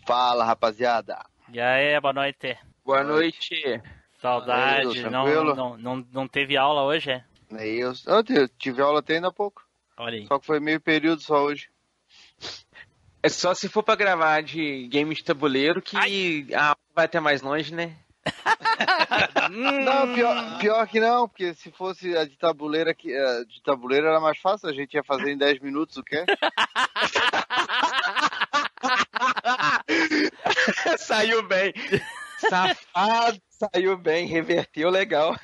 Fala, rapaziada. E aí, boa noite. Boa noite. Saudade. Não teve aula hoje, é? Eu tive aula até ainda há pouco. Olha aí. Só que foi meio período só hoje. É só se for pra gravar de game de tabuleiro que a aula vai até mais longe, né? Não, pior que não, porque se fosse a de tabuleiro era mais fácil, a gente ia fazer em 10 minutos, o quê? Saiu bem. Safado, saiu bem, reverteu legal.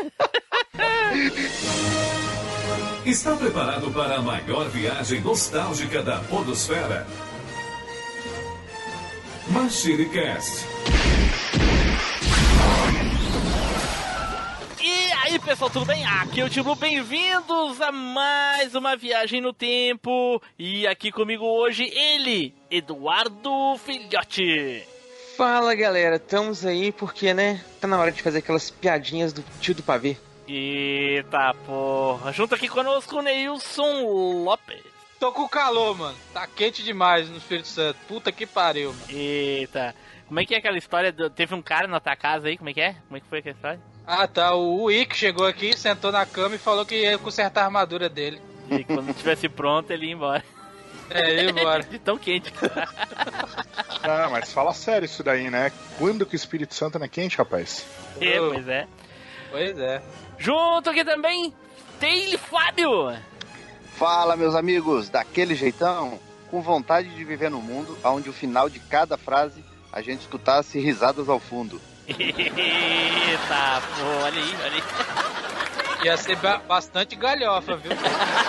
Está preparado para a maior viagem nostálgica da podosfera? MachineCast. E aí, pessoal, tudo bem? Aqui é o Tio, bem-vindos a mais uma viagem no tempo. E aqui comigo hoje, ele, Eduardo Filhote. Fala, galera, estamos aí porque, né, tá na hora de fazer aquelas piadinhas do tio do pavê. Eita porra, junto aqui conosco o Neilson Lopes. Tô com calor, mano, tá quente demais no Espírito Santo, puta que pariu, mano. Eita, como é que é aquela história, teve um cara na tua casa aí, como é que é? Como é que foi aquela história? Ah tá, o Ick chegou aqui, sentou na cama e falou que ia consertar a armadura dele. E quando estivesse pronto ele ia embora. É, ia embora. De tão quente. Ah, mas fala sério isso daí, né? Quando que o Espírito Santo não é quente, rapaz? É, pois é. Pois é. Junto aqui também, tem Fábio. Fala, meus amigos, daquele jeitão, com vontade de viver num mundo onde o final de cada frase a gente escutasse risadas ao fundo. Eita, pô, olha aí. Ia ser bastante galhofa, viu?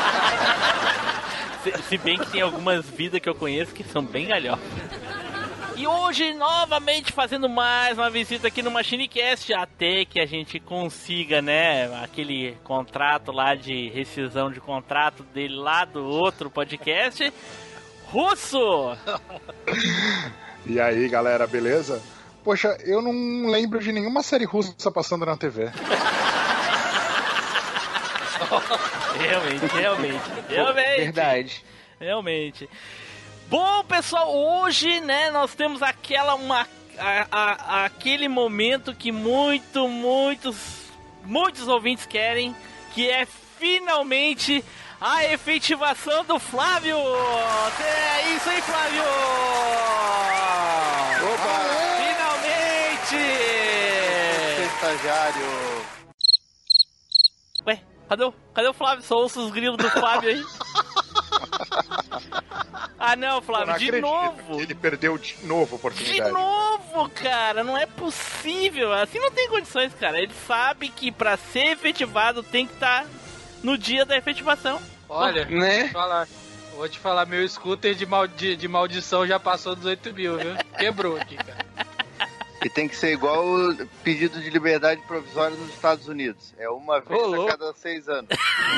Se bem que tem algumas vidas que eu conheço que são bem galhofas. E hoje, novamente, fazendo mais uma visita aqui no MachineCast, até que a gente consiga, né, aquele contrato lá de rescisão de contrato dele lá do outro podcast. Russo! E aí, galera, beleza? Poxa, eu não lembro de nenhuma série russa passando na TV. Realmente. Verdade. Realmente. Bom, pessoal, hoje, né, nós temos aquele momento que muitos ouvintes querem, que é finalmente a efetivação do Flávio. É isso aí, Flávio! Opa! Finalmente! Estagiário. Ué, cadê o Flávio? Só ouço os grilos do Flávio aí. Ah não, Flávio, não de novo. Ele perdeu de novo a oportunidade. De novo, cara, não é possível. Assim não tem condições, cara. Ele sabe que pra ser efetivado tem que estar no dia da efetivação. Olha, né? Vou te falar, meu scooter de maldição já passou dos 8 mil, viu? Quebrou aqui, cara. E tem que ser igual o pedido de liberdade provisória nos Estados Unidos. É uma vez a cada 6 anos.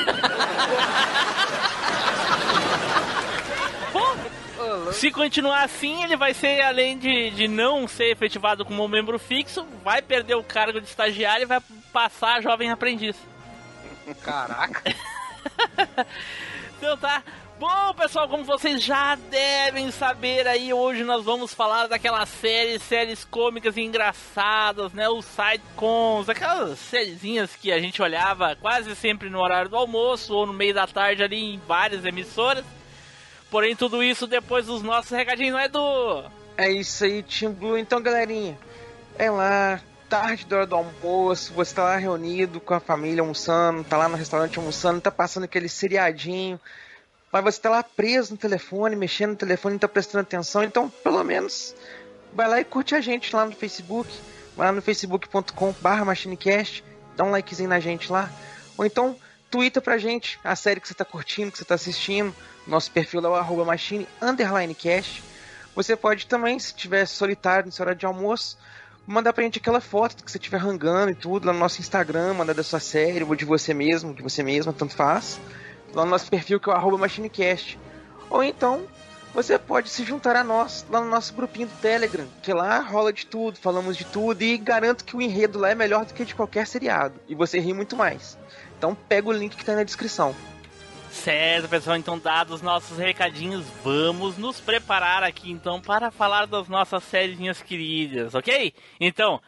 Bom, se continuar assim, ele vai ser, além de não ser efetivado como membro fixo, vai perder o cargo de estagiário e vai passar a jovem aprendiz. Caraca. Então tá. Bom, pessoal, como vocês já devem saber aí, hoje nós vamos falar daquelas séries cômicas e engraçadas, né? Os sitcoms, aquelas sériezinhas que a gente olhava quase sempre no horário do almoço ou no meio da tarde ali em várias emissoras. Porém, tudo isso depois dos nossos recadinhos, não é, Edu? É isso aí, Team Blue. Então, galerinha, é lá, tarde da hora do almoço, você tá lá reunido com a família almoçando, tá lá no restaurante almoçando, tá passando aquele seriadinho, mas você tá lá preso no telefone, mexendo no telefone, não tá prestando atenção, então pelo menos vai lá e curte a gente lá no Facebook, vai lá no facebook.com/machinecast, dá um likezinho na gente lá, ou então twitta pra gente a série que você tá curtindo, que você tá assistindo, nosso perfil é o @machine_cast. Você pode também, se tiver solitário no seu hora de almoço, mandar pra gente aquela foto que você estiver rangando e tudo lá no nosso Instagram, mandar da sua série, ou de você mesmo, de você mesma, tanto faz. Lá no nosso perfil, que é o @machinecast. Ou então, você pode se juntar a nós lá no nosso grupinho do Telegram, que lá rola de tudo, falamos de tudo, e garanto que o enredo lá é melhor do que de qualquer seriado. E você ri muito mais. Então pega o link que tá na descrição. Certo, pessoal, então dados os nossos recadinhos, vamos nos preparar aqui então para falar das nossas sériezinhas queridas, ok? Então,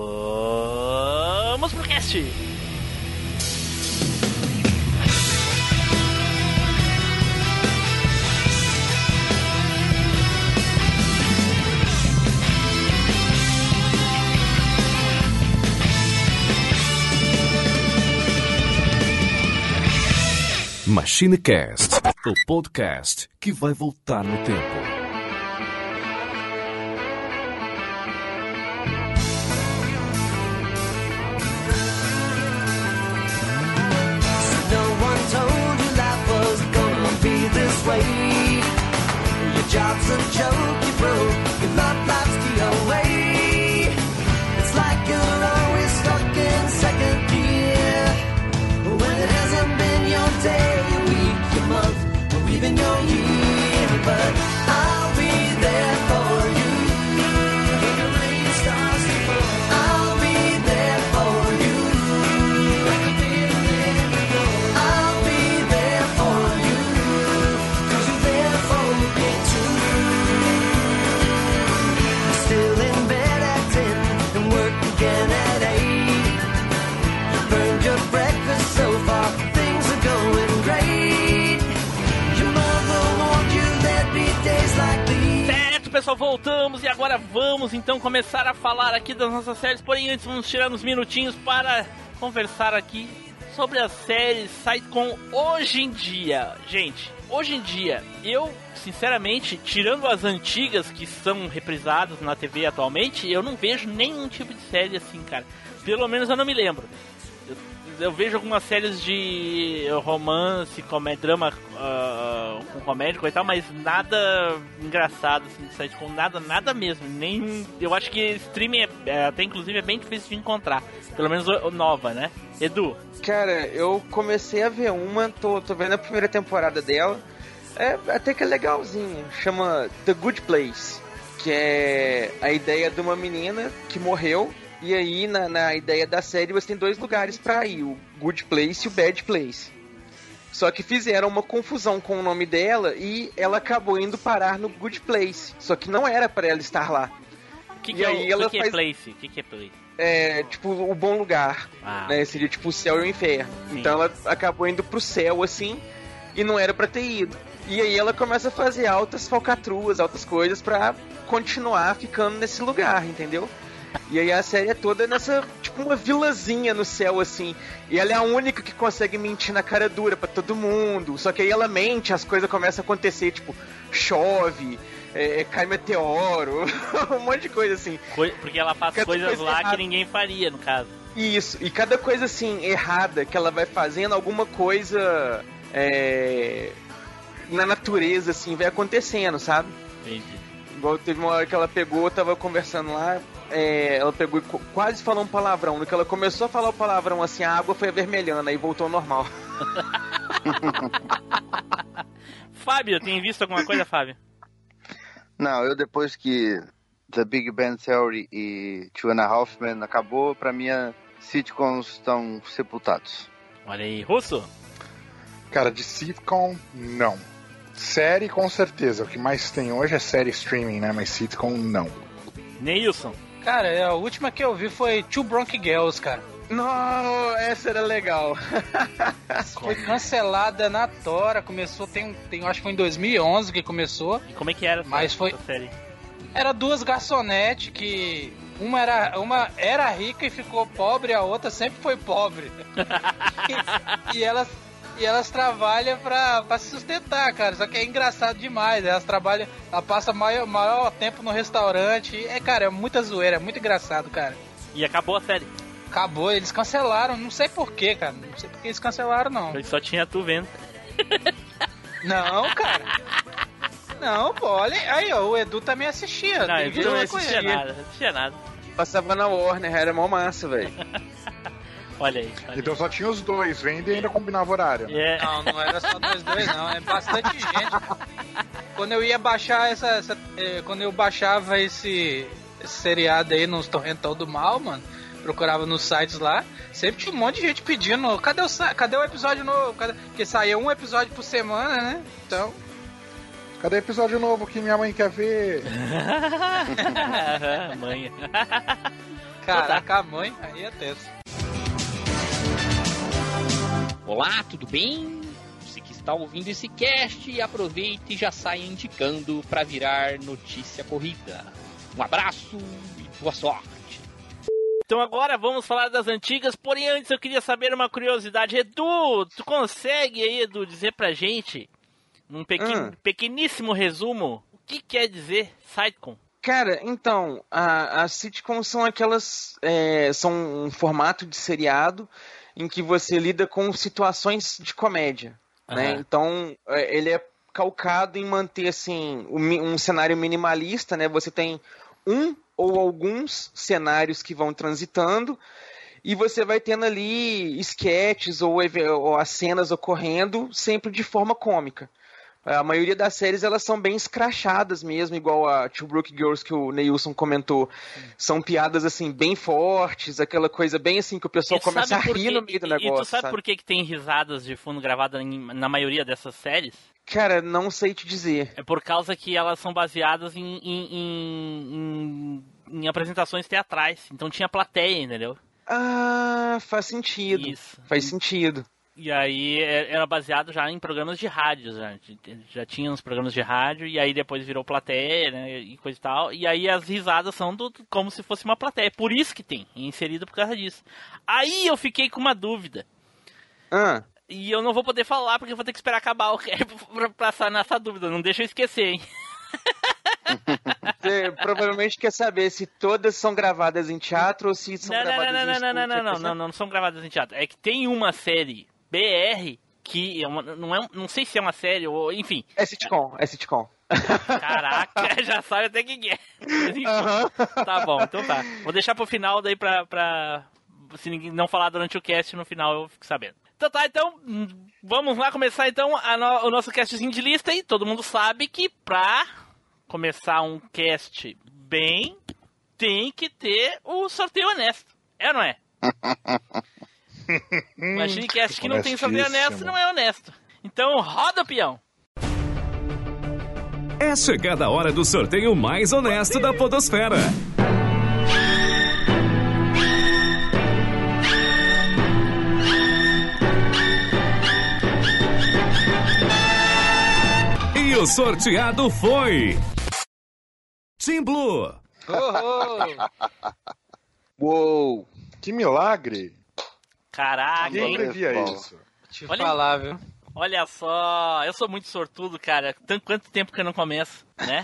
vamos pro cast! MachineCast, o podcast que vai voltar no tempo. No one told you life was gonna be this way. Your job's a joke, you broke. Your love life's the away. It's like you're always stuck in second gear when it hasn't been your day. Even your year, but I'll be there for you when the rain starts to fall. I'll be there for you. I'll be there for you, 'cause you're there for me too. You're still in bed at 10 and work again at 8. You burned your breakfast so far, things are going great. Certo, pessoal, voltamos e agora vamos então começar a falar aqui das nossas séries. Porém, antes vamos tirar uns minutinhos para conversar aqui sobre as séries sitcom hoje em dia. Gente, hoje em dia, eu, sinceramente, tirando as antigas que são reprisadas na TV atualmente, eu não vejo nenhum tipo de série assim, cara. Pelo menos eu não me lembro. Eu vejo algumas séries de romance, comédia, drama com comédia e tal, mas nada engraçado, assim, de site com nada mesmo. Nem, eu acho que streaming até inclusive é bem difícil de encontrar. Pelo menos nova, né? Edu? Cara, eu comecei a ver uma, tô vendo a primeira temporada dela. É até que é legalzinha. Chama The Good Place, que é a ideia de uma menina que morreu. E aí, na ideia da série, você tem 2 lugares pra ir, o Good Place e o Bad Place. Só que fizeram uma confusão com o nome dela e ela acabou indo parar no Good Place. Só que não era pra ela estar lá. O que é Place? O que é Place? É, tipo, o bom lugar, né? Seria tipo o céu e o inferno. Sim. Então ela acabou indo pro céu, assim, e não era pra ter ido. E aí ela começa a fazer altas falcatruas, altas coisas pra continuar ficando nesse lugar, entendeu? E aí a série é toda nessa, tipo, uma vilazinha no céu, assim. E ela é a única que consegue mentir na cara dura pra todo mundo. Só que aí ela mente, as coisas começam a acontecer, tipo, chove, cai meteoro, um monte de coisa assim. Porque ela faz coisas lá errada que ninguém faria, no caso. Isso, e cada coisa, assim, errada que ela vai fazendo, alguma coisa na natureza, assim, vai acontecendo, sabe? Entendi. Igual teve uma hora que ela pegou, tava conversando lá, ela pegou e quase falou um palavrão. No que ela começou a falar o palavrão, assim, a água foi avermelhando, aí voltou ao normal. Fábio, tem visto alguma coisa, Fábio? Não, eu depois que The Big Bang Theory e Two and a Half Men acabou, pra mim, sitcoms estão sepultados. Olha aí, Russo? Cara, de sitcom, não. Série, com certeza. O que mais tem hoje é série streaming, né? Mas sitcom, não. Neilson? Cara, a última que eu vi foi Two Bronx Girls, cara. Não, essa era legal. Foi cancelada na tora, começou, acho que foi em 2011 que começou. E como é que era essa série? Era 2 garçonetes que uma era rica e ficou pobre, a outra sempre foi pobre. e elas trabalham pra se sustentar, cara. Só que é engraçado demais. Elas passam maior tempo no restaurante. Cara, é muita zoeira, é muito engraçado, cara. E acabou a série? Acabou, eles cancelaram. Não sei porquê, cara. Não sei porque eles cancelaram, não. Ele só tinha tu vendo. Não, cara. Não, pô, olha aí, ó, o Edu também assistia. Não, Edu não assistia nada. Passava na Warner, era mó massa, velho. Olha aí. Então só tinha os 2, vendo e ainda combinava horário. Né? Yeah. Não era só dois, não. É bastante gente. Quando eu ia baixar quando eu baixava esse seriado aí nos torrentão do mal, mano, procurava nos sites lá, sempre tinha um monte de gente pedindo, cadê o episódio novo? Porque saía um episódio por semana, né? Então... Cadê episódio novo que minha mãe quer ver? Mãe. Caraca, a mãe, aí é tenso. Olá, tudo bem? Você que está ouvindo esse cast, aproveite e já saia indicando para virar notícia corrida. Um abraço e boa sorte. Então agora vamos falar das antigas, porém antes eu queria saber uma curiosidade. Edu, tu consegue aí, Edu, dizer pra gente, num pequeníssimo resumo, o que quer dizer sitcom? Cara, então, as sitcoms são aquelas... são um formato de seriado em que você lida com situações de comédia, né? Então, ele é calcado em manter, assim, um cenário minimalista, né? Você tem um ou alguns cenários que vão transitando e você vai tendo ali sketches ou as cenas ocorrendo sempre de forma cômica. A maioria das séries, elas são bem escrachadas mesmo, igual a Two Broke Girls que o Neilson comentou. São piadas, assim, bem fortes, aquela coisa bem assim que o pessoal começa a rir no meio do negócio. E tu sabe por que tem risadas de fundo gravadas na maioria dessas séries? Cara, não sei te dizer. É por causa que elas são baseadas em apresentações teatrais. Então tinha plateia, entendeu? Ah, faz sentido. Isso. Faz sentido. E aí era baseado já em programas de rádio, já tinha uns programas de rádio, e aí depois virou plateia, né, e coisa e tal. E aí as risadas são como se fosse uma plateia. Por isso que tem, inserido por causa disso. Aí eu fiquei com uma dúvida. E eu não vou poder falar, porque eu vou ter que esperar acabar o cast pra passar nessa dúvida. Não deixa eu esquecer, hein? Você provavelmente quer saber se todas são gravadas em teatro ou se são gravadas em estúdio. Não são gravadas em teatro. É que tem uma série BR que não sei se é uma série ou enfim. É sitcom. Caraca, já sabe até quem é. Tá bom, então tá. Vou deixar pro final daí pra se ninguém não falar durante o cast, no final eu fico sabendo. Então tá, então vamos lá começar então o nosso castzinho de lista, e todo mundo sabe que pra começar um cast bem, tem que ter o sorteio honesto. É ou não é? Imagine cast que não tem sorteio honesto, não é honesto. Então roda o peão. É chegada a hora do sorteio mais honesto da podosfera. E o sorteado foi... Team Blue. Uou, que milagre. Caraca, Quem hein? previa isso? Te falar, viu? Olha só, eu sou muito sortudo, cara. Quanto tempo que eu não começo, né?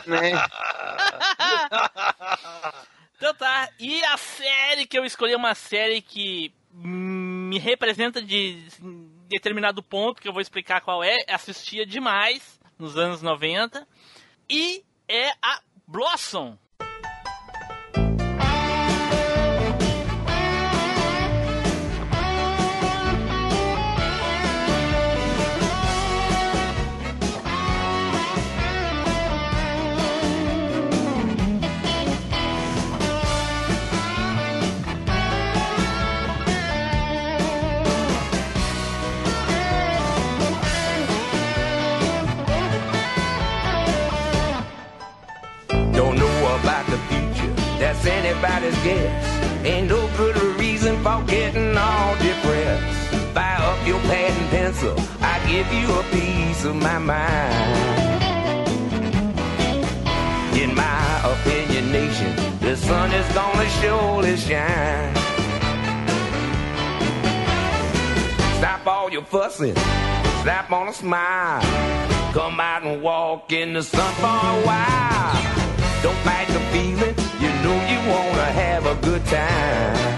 Então tá, e a série que eu escolhi é uma série que me representa de determinado ponto, que eu vou explicar qual é. Assistia demais nos anos 90. E é a Blossom. That's anybody's guess. Ain't no good reason for getting all depressed. Fire up your pad and pencil, I give you a piece of my mind. In my opinion, nation, the sun is gonna surely shine. Stop all your fussing, slap on a smile. Come out and walk in the sun for a while. Don't fight the feeling, you know you wanna have a good time.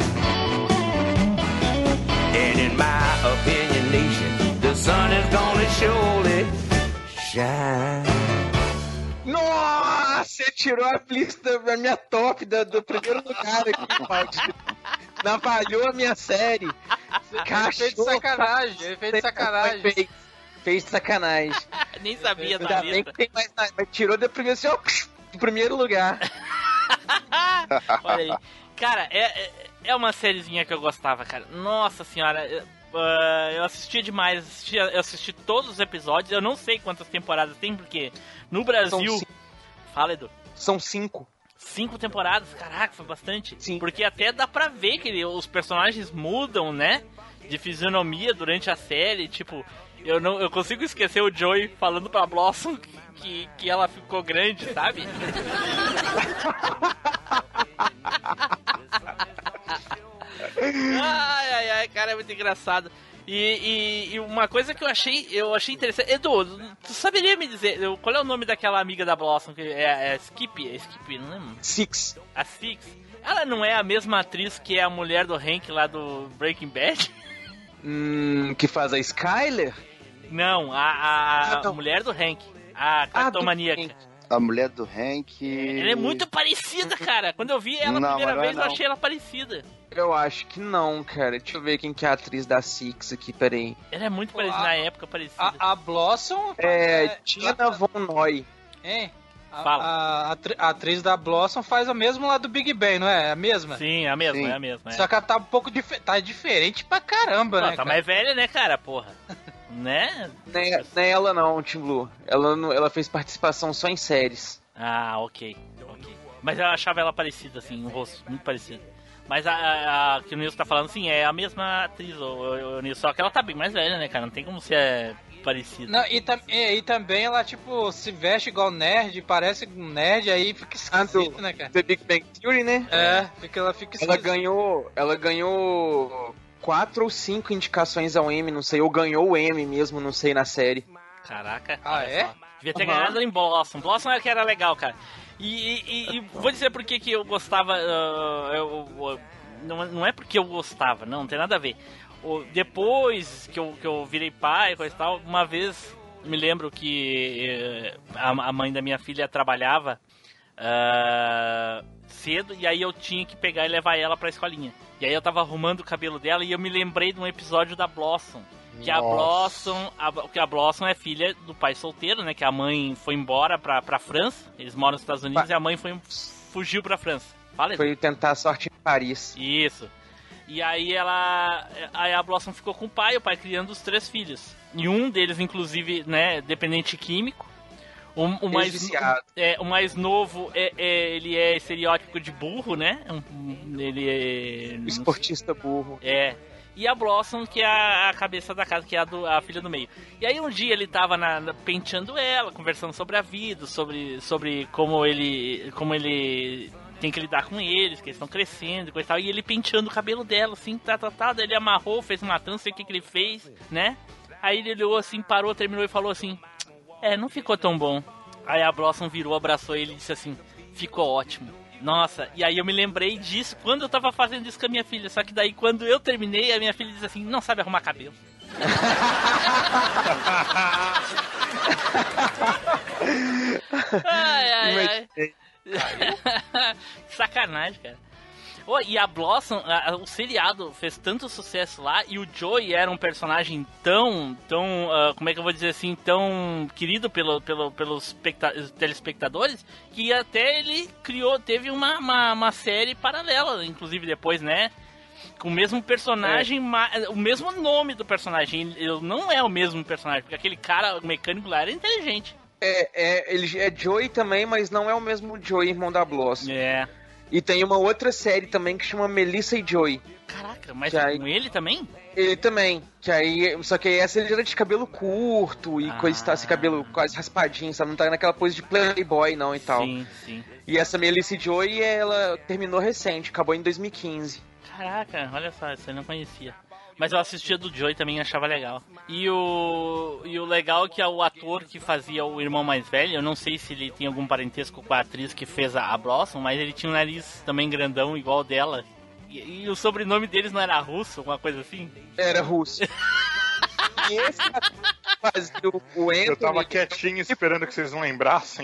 And in my opinion, nation, the sun is gonna surely shine. Nossa, você tirou a lista da minha top do primeiro lugar aqui, Maldito. Navalhou a minha série. Fez de sacanagem, fez de sacanagem. Fez de sacanagem. Nem sabia da Ainda bem lista. que tem mais nada, mas tirou do primeiro, assim, ó, do primeiro lugar. Olha aí. Cara, é uma sériezinha que eu gostava, cara. Nossa senhora, eu assistia demais, eu assisti todos os episódios. Eu não sei quantas temporadas tem, porque no Brasil... Fala, Edu. São 5. 5 temporadas, caraca, foi bastante. Sim. Porque até dá pra ver que os personagens mudam, né? De fisionomia durante a série. Tipo, eu consigo esquecer o Joey falando pra Blossom que ela ficou grande, sabe? Ai, cara, é muito engraçado. E uma coisa que eu achei interessante. Edu, tu saberia me dizer qual é o nome daquela amiga da Blossom? Que é Skip? É Skip, não lembro. Six. A Six. Ela não é a mesma atriz que é a mulher do Hank lá do Breaking Bad? Que faz a Skyler? Não, a mulher do Hank. A cartomaníaca. A mulher do Hank... Ela é muito parecida, cara. Quando eu vi ela a primeira vez, eu achei ela parecida. Eu acho que não, cara. Deixa eu ver quem que é a atriz da Six aqui, peraí. Ela é muito parecida, na época parecida. A Blossom... Tina Von Noy. Hein? Fala. A atriz da Blossom faz o mesmo lá do Big Bang, não é? É a mesma? Sim, é a mesma, Sim. é a mesma. Só que ela tá um pouco tá diferente pra caramba, né, Tá cara? mais velha, né, cara, porra? Né? Não é ela não, Tim Blue. Ela fez participação só em séries. Ah, ok. Mas eu achava ela parecida, assim, o rosto, muito parecido. Mas a que o Nilson tá falando, sim, é a mesma atriz, o Nilson, só que ela tá bem mais velha, né, cara? Não tem como ser parecida. Não, e também ela, tipo, se veste igual nerd, parece um nerd, aí fica esquisito, né, cara? The Big Bang Theory, né? Ela fica esquisita. Ela ganhou 4 ou 5 indicações ao Emmy, não sei, ou ganhou o Emmy mesmo, não sei, na série. Caraca. Ah, é? Só. Devia ter ganhado em Blossom. Blossom era que era legal, cara. E vou dizer por que eu gostava. Não é porque eu gostava, não tem nada a ver. Depois que eu virei pai, coisa e tal, uma vez me lembro que a mãe da minha filha trabalhava cedo, e aí eu tinha que pegar e levar ela pra escolinha. E aí eu tava arrumando o cabelo dela e eu me lembrei de um episódio da Blossom. Que a Blossom é filha do pai solteiro, né? Que a mãe foi embora pra França. Eles moram nos Estados Unidos e a mãe fugiu pra França. Fala, foi tentar a sorte em Paris. Isso. E aí a Blossom ficou com o pai criando os 3 filhos. E um deles, inclusive, né, dependente químico. O mais novo, ele é estereótipo de burro, né? Ele é... Esportista burro. E a Blossom, que é a cabeça da casa, que é a filha do meio. E aí um dia ele tava penteando ela, conversando sobre a vida, sobre como ele tem que lidar com eles, que eles estão crescendo e coisa e tal. E ele penteando o cabelo dela, assim, daí ele amarrou, fez uma trança, não sei o que ele fez, né? Aí ele olhou assim, parou, terminou e falou assim, não ficou tão bom. Aí a Blossom virou, abraçou ele e disse assim, ficou ótimo. Nossa, e aí eu me lembrei disso quando eu tava fazendo isso com a minha filha. Só que daí quando eu terminei, a minha filha disse assim, não sabe arrumar cabelo. ai. Sacanagem, cara. E a Blossom, o seriado fez tanto sucesso lá, e o Joey era um personagem tão como é que eu vou dizer assim, tão querido pelos telespectadores, que até ele teve uma série paralela, inclusive depois, né? Com o mesmo personagem, o mesmo nome do personagem. Ele não é o mesmo personagem, porque aquele cara, o mecânico lá, era inteligente. Ele é Joey também, mas não é o mesmo Joey, irmão da Blossom. E tem uma outra série também que chama Melissa e Joey. Caraca, mas com ele também? Ele também. Só que essa ele era de cabelo curto e coisa e tal, esse cabelo quase raspadinho, sabe? Não tá naquela pose de playboy não e tal. Sim. E essa Melissa e Joey, ela terminou recente, acabou em 2015. Caraca, olha só, essa eu não conhecia. Mas eu assistia do Joey também e achava legal. E o legal é que o ator que fazia o irmão mais velho, eu não sei se ele tem algum parentesco com a atriz que fez a Blossom, mas ele tinha um nariz também grandão, igual dela. E o sobrenome deles não era russo, alguma coisa assim? Era russo. E esse ator que fazia o Anthony... Eu tava quietinho esperando que vocês não lembrassem.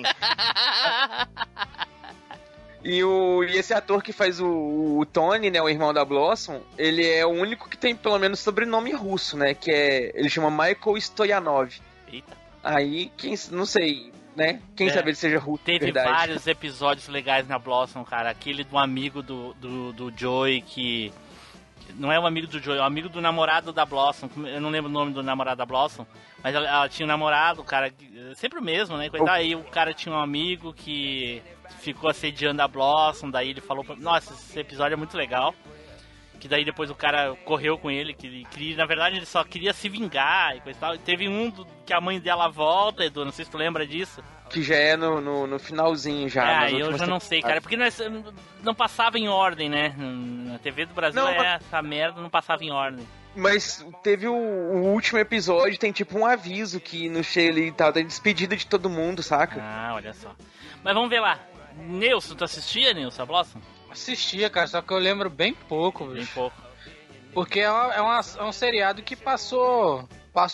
E esse ator que faz o Tony, né, o irmão da Blossom, ele é o único que tem pelo menos sobrenome russo, né, ele chama Michael Stoyanov. Eita. Aí, não sei, né? Quem sabe ele seja Hulk, Teve verdade. vários episódios legais na Blossom, cara. Aquele do amigo do Joey que... Não é um amigo do Joey, é um amigo do namorado da Blossom. Eu não lembro o nome do namorado da Blossom. Mas ela tinha um namorado, o cara... Sempre o mesmo, né? Aí o cara tinha um amigo que ficou assediando a Blossom. Daí ele falou... Nossa, esse episódio é muito legal. Que daí depois o cara correu com ele, que ele queria, na verdade ele só queria se vingar e coisa e tal. Teve um que a mãe dela volta, Edu, não sei se tu lembra disso. Que já é no finalzinho já. Eu já não sei, cara, porque não passava em ordem, né? Na TV do Brasil essa merda não passava em ordem. Mas teve o último episódio, tem tipo um aviso que no cheio ali tá da despedida de todo mundo, saca? Ah, olha só. Mas vamos ver lá. Nilson, tu assistia, Nilson, a Blossom? Assistia, cara, só que eu lembro bem pouco, bicho. Bem pouco. Porque é um seriado que passou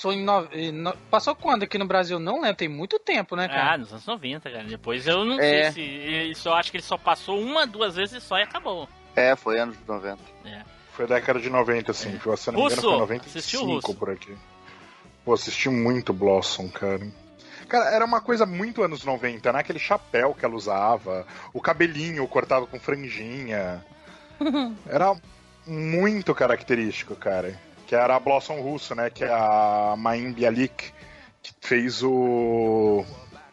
passou quando aqui no Brasil? Não lembro, tem muito tempo, né, cara? Ah, nos anos 90, cara. Depois eu não sei se... Eu acho que ele só passou 1, 2 vezes e acabou. Foi anos 90. Foi década de 90, assim. Se não me engano, foi 95 por aqui. Pô, assisti muito Blossom, cara. Cara, era uma coisa muito anos 90, né? Aquele chapéu que ela usava, o cabelinho cortado com franjinha. Era muito característico, cara. Que era a Blossom russo, né? Que é a Mayim Bialik, que fez o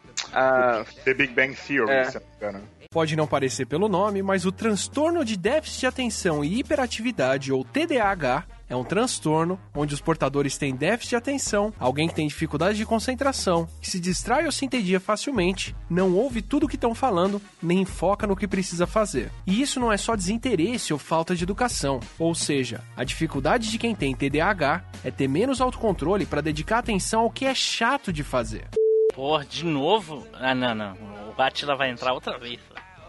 The Big Bang Theory, se não me engano. Pode não parecer pelo nome, mas o transtorno de déficit de atenção e hiperatividade, ou TDAH, é um transtorno onde os portadores têm déficit de atenção, alguém que tem dificuldade de concentração, que se distrai ou se entedia facilmente, não ouve tudo o que estão falando, nem foca no que precisa fazer. E isso não é só desinteresse ou falta de educação, ou seja, a dificuldade de quem tem TDAH é ter menos autocontrole para dedicar atenção ao que é chato de fazer. Porra, de novo? Ah, não. O Batila vai entrar outra vez.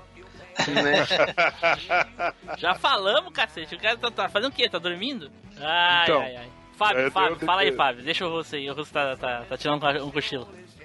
Já falamos, cacete. O cara tá fazendo o quê? Tá dormindo? Ai. Fábio, fala aí, Fábio. Deixa o Russo aí. O Russo tá tirando um cochilo.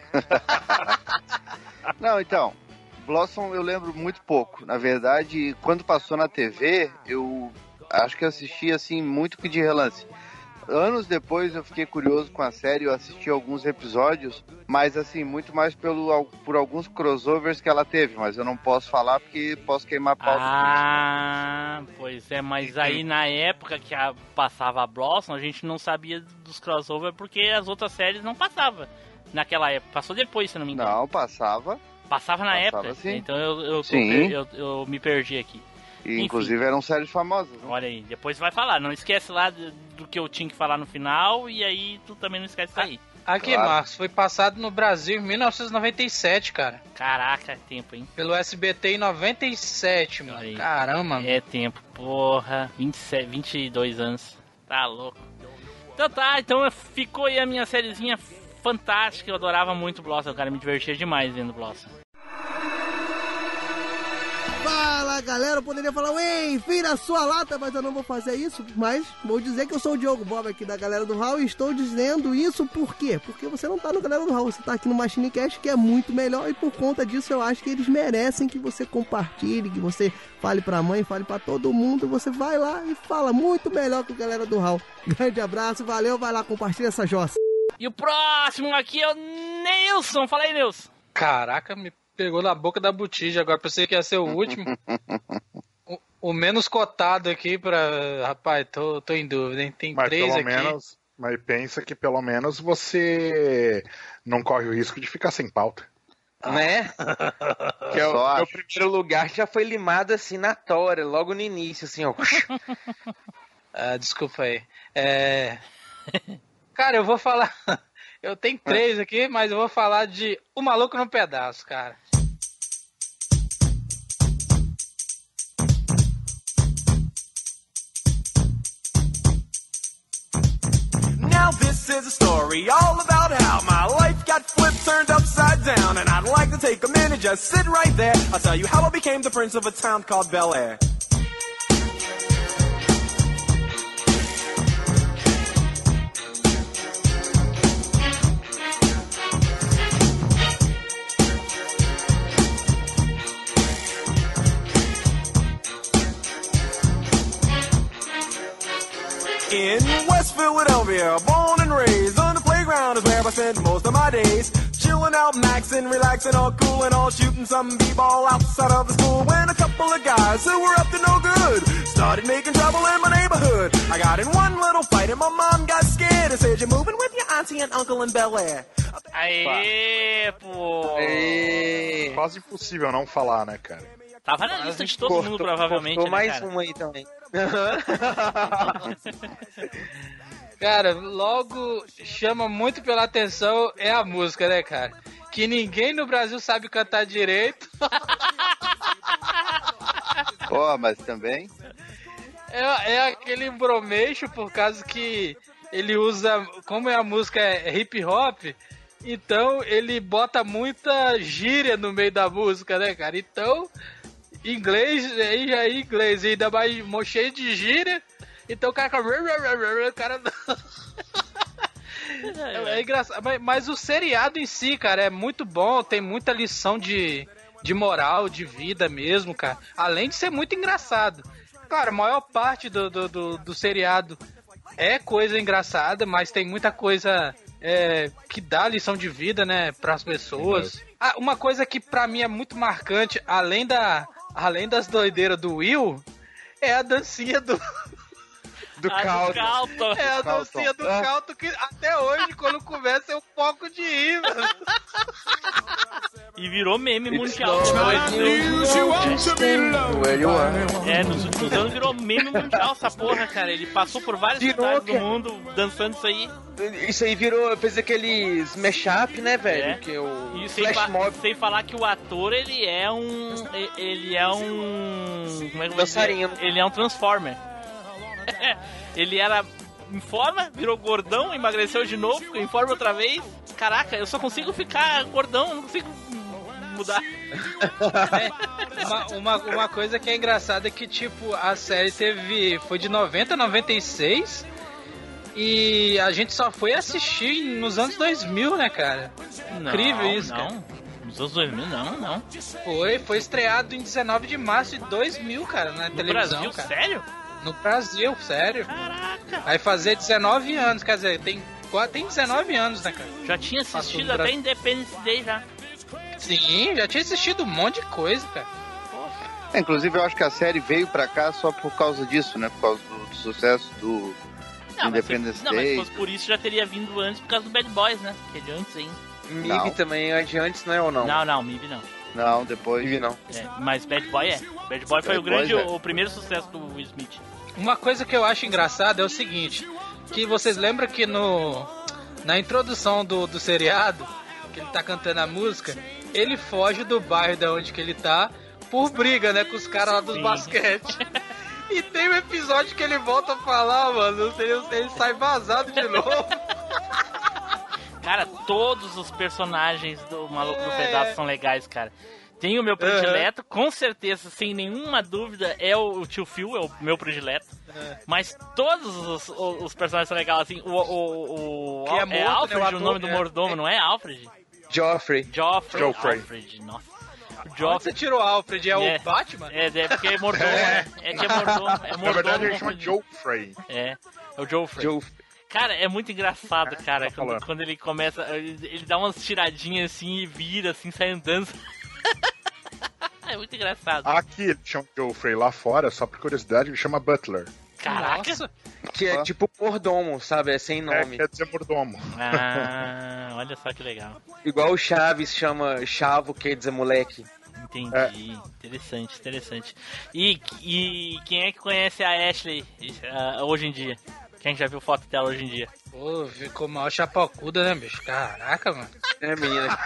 Não, então, Blossom eu lembro muito pouco. Na verdade, quando passou na TV, eu acho que assisti assim muito que de relance. Anos depois eu fiquei curioso com a série, eu assisti alguns episódios, mas assim, muito mais por alguns crossovers que ela teve, mas eu não posso falar porque posso queimar pauta. Ah, pois é, mas aí na época que passava a Blossom, a gente não sabia dos crossovers porque as outras séries não passavam naquela época. Passou depois, se não me engano. Não, passava. Passava na época, sim. Então eu me perdi aqui. E, inclusive eram séries famosas, né? Olha aí, depois vai falar. Não esquece lá do que eu tinha que falar no final. E aí tu também não esquece daí. Aqui, claro. Marcos, foi passado no Brasil em 1997, cara. Caraca, é tempo, hein? Pelo SBT em 97, mano. Aí. Caramba, é tempo, porra. 22 anos. Tá louco. Então ficou aí a minha sériezinha fantástica. Eu adorava muito Blossom, cara. Me divertia demais vendo Blossom. Fala galera, eu poderia falar, ei, vira sua lata, mas eu não vou fazer isso, mas vou dizer que eu sou o Diogo Bob aqui da Galera do Hall e estou dizendo isso por quê? Porque você não tá no Galera do Hall, você tá aqui no MachineCast, que é muito melhor, e por conta disso eu acho que eles merecem que você compartilhe, que você fale pra mãe, fale pra todo mundo, você vai lá e fala muito melhor que o Galera do Hall. Grande abraço, valeu, vai lá, compartilha essa jossa. E o próximo aqui é o Nilson, fala aí, Nilson. Caraca, me pegou na boca da botija, agora pensei que ia ser o último. o menos cotado aqui pra... Rapaz, tô em dúvida, hein? Tem mas 3 aqui. Mas pensa que pelo menos você não corre o risco de ficar sem pauta. Né? Que é o primeiro lugar já foi limado assim na tora, logo no início, assim, ó. Desculpa aí. Cara, eu vou falar... Eu tenho 3 aqui, mas eu vou falar de O Maluco no Pedaço, cara. Now this is a story all about how my life got flipped, turned upside down, and I'd like to take a minute, just sit right there. I'll tell you how I became the prince of a town called Bel Air. In West Philadelphia, born and raised on the playground is where I spent most of my days. chilling out, maxing, relaxing, all cool and all shooting some b-ball outside of the school when a couple of guys who were up to no good started making trouble in my neighborhood. I got in one little fight and my mom got scared and said, "You're moving with your auntie and uncle in Bel Air." Aê, pô! Aê. Quase impossível não falar, né, cara? Tava na lista de todo mundo, provavelmente, né, mais cara? uma aí também. Cara, logo chama muito pela atenção é a música, né, cara? Que ninguém no Brasil sabe cantar direito. Pô, mas também... É aquele bromeixo, por causa que ele usa... Como a música é hip hop, então ele bota muita gíria no meio da música, né, cara? Então, inglês, aí já é inglês, e ainda mais cheio de gíria. Então o cara fica... O cara... É engraçado. Mas o seriado em si, cara, é muito bom. Tem muita lição de moral, de vida mesmo, cara. Além de ser muito engraçado. Claro, a maior parte do seriado é coisa engraçada, mas tem muita coisa que dá lição de vida, né, pras pessoas. Uma coisa que pra mim é muito marcante, além das doideiras do Will, é a dancinha do Calton. É a dancinha do Calton que até hoje, quando começa, eu foco de rir, mano. E virou meme mundial. Nos últimos anos virou meme mundial essa porra, cara. Ele passou por várias cidades do mundo dançando isso aí. Isso aí fez aqueles mashup, né, velho? Que o Flash Mob. Sem falar que o ator, ele é um... Como é que eu vou dizer? Ele é um Transformer. Ele era em forma, virou gordão, emagreceu de novo, ficou em forma outra vez. Caraca, eu só consigo ficar gordão, não consigo mudar. Uma coisa que é engraçada é que, tipo, a série foi de 90 a 96 e a gente só foi assistir nos anos 2000, né, cara? Incrível isso, cara. Nos anos 2000, não. Foi estreado em 19 de março de 2000, cara, na televisão, Brasil, cara. Sério? No Brasil, sério. Caraca. Vai fazer 19 anos, quer dizer, tem 19 anos, né, cara? Já tinha assistido até Independence Day, já. Sim, já tinha assistido um monte de coisa, cara. Inclusive, eu acho que a série veio pra cá só por causa disso, né? Por causa do sucesso do Independence Day. Não, mas se fosse por isso, já teria vindo antes por causa do Bad Boys, né? Que é de antes ainda. MIB também é de antes, não é ou não? Não, MIB não. Não, depois. MIB não. Mas Bad Boy é. Bad Boy foi o primeiro sucesso do Will Smith. Uma coisa que eu acho engraçada é o seguinte, que vocês lembram que na introdução do seriado, que ele tá cantando a música, ele foge do bairro de onde que ele tá por briga, né, com os caras lá dos basquete. E tem um episódio que ele volta a falar, mano, ele sai vazado de novo. Cara, todos os personagens do Maluco no Pedaço são legais, cara. Tem o meu predileto, com certeza, sem nenhuma dúvida, é o Tio Phil, é o meu predileto. Mas todos os personagens são legais, assim. É Alfred, o nome do mordomo, não é Alfred? Joffrey. Alfred, nossa. Onde você tirou Alfred? É o Batman? É porque é mordomo, né? É que é mordomo. Na verdade, ele chama Joffrey. É o Joffrey. Cara, é muito engraçado, cara, quando ele começa, ele dá umas tiradinhas assim e vira, assim, sai andando. É muito engraçado. Aqui ele chama Joffrey, lá fora, só por curiosidade, ele chama Butler. Caraca! Nossa. Que é tipo mordomo, sabe? É sem nome. Quer dizer mordomo. Olha só que legal. Igual o Chaves chama Chavo, quer dizer moleque. Entendi. Interessante. E quem é que conhece a Ashley hoje em dia? Quem já viu foto dela hoje em dia? Pô, ficou mal chapacuda, né, bicho? Caraca, mano. É, menina.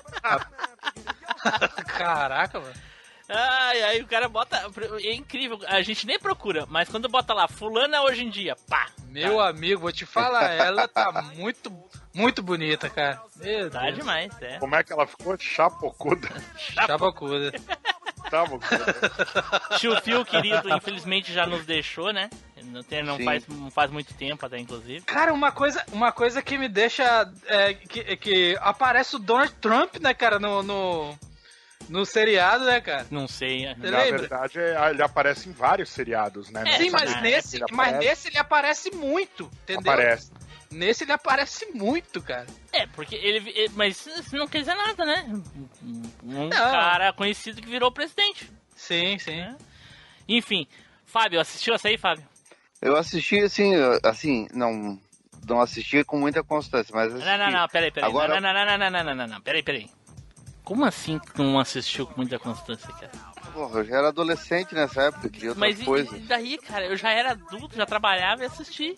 Caraca, mano. Aí o cara bota... É incrível, a gente nem procura, mas quando bota lá, fulana hoje em dia, pá. Meu amigo, vou te falar, ela tá muito, muito bonita, cara. Meu Deus. Demais, é. Como é que ela ficou? Chapocuda. Chapocuda. Tio Phil, querido, infelizmente já nos deixou, né? Não faz muito tempo até, inclusive. Cara, uma coisa que me deixa... que aparece o Donald Trump, né, cara, no seriado, né, cara? Não sei. Na verdade, ele aparece em vários seriados, né? Sim, mas nesse ele aparece muito, entendeu? Aparece. Nesse ele aparece muito, cara. Porque mas isso não quer dizer nada, né? Cara conhecido que virou presidente. Sim. Enfim, Fábio, assistiu essa aí, Fábio? Eu assisti, assim, não assisti com muita constância, mas assisti. Não, peraí. Agora... Não, peraí. Como assim que não assistiu com muita constância, cara? Porra, eu já era adolescente nessa época, queria outras coisas. Mas daí, cara, eu já era adulto, já trabalhava e assisti.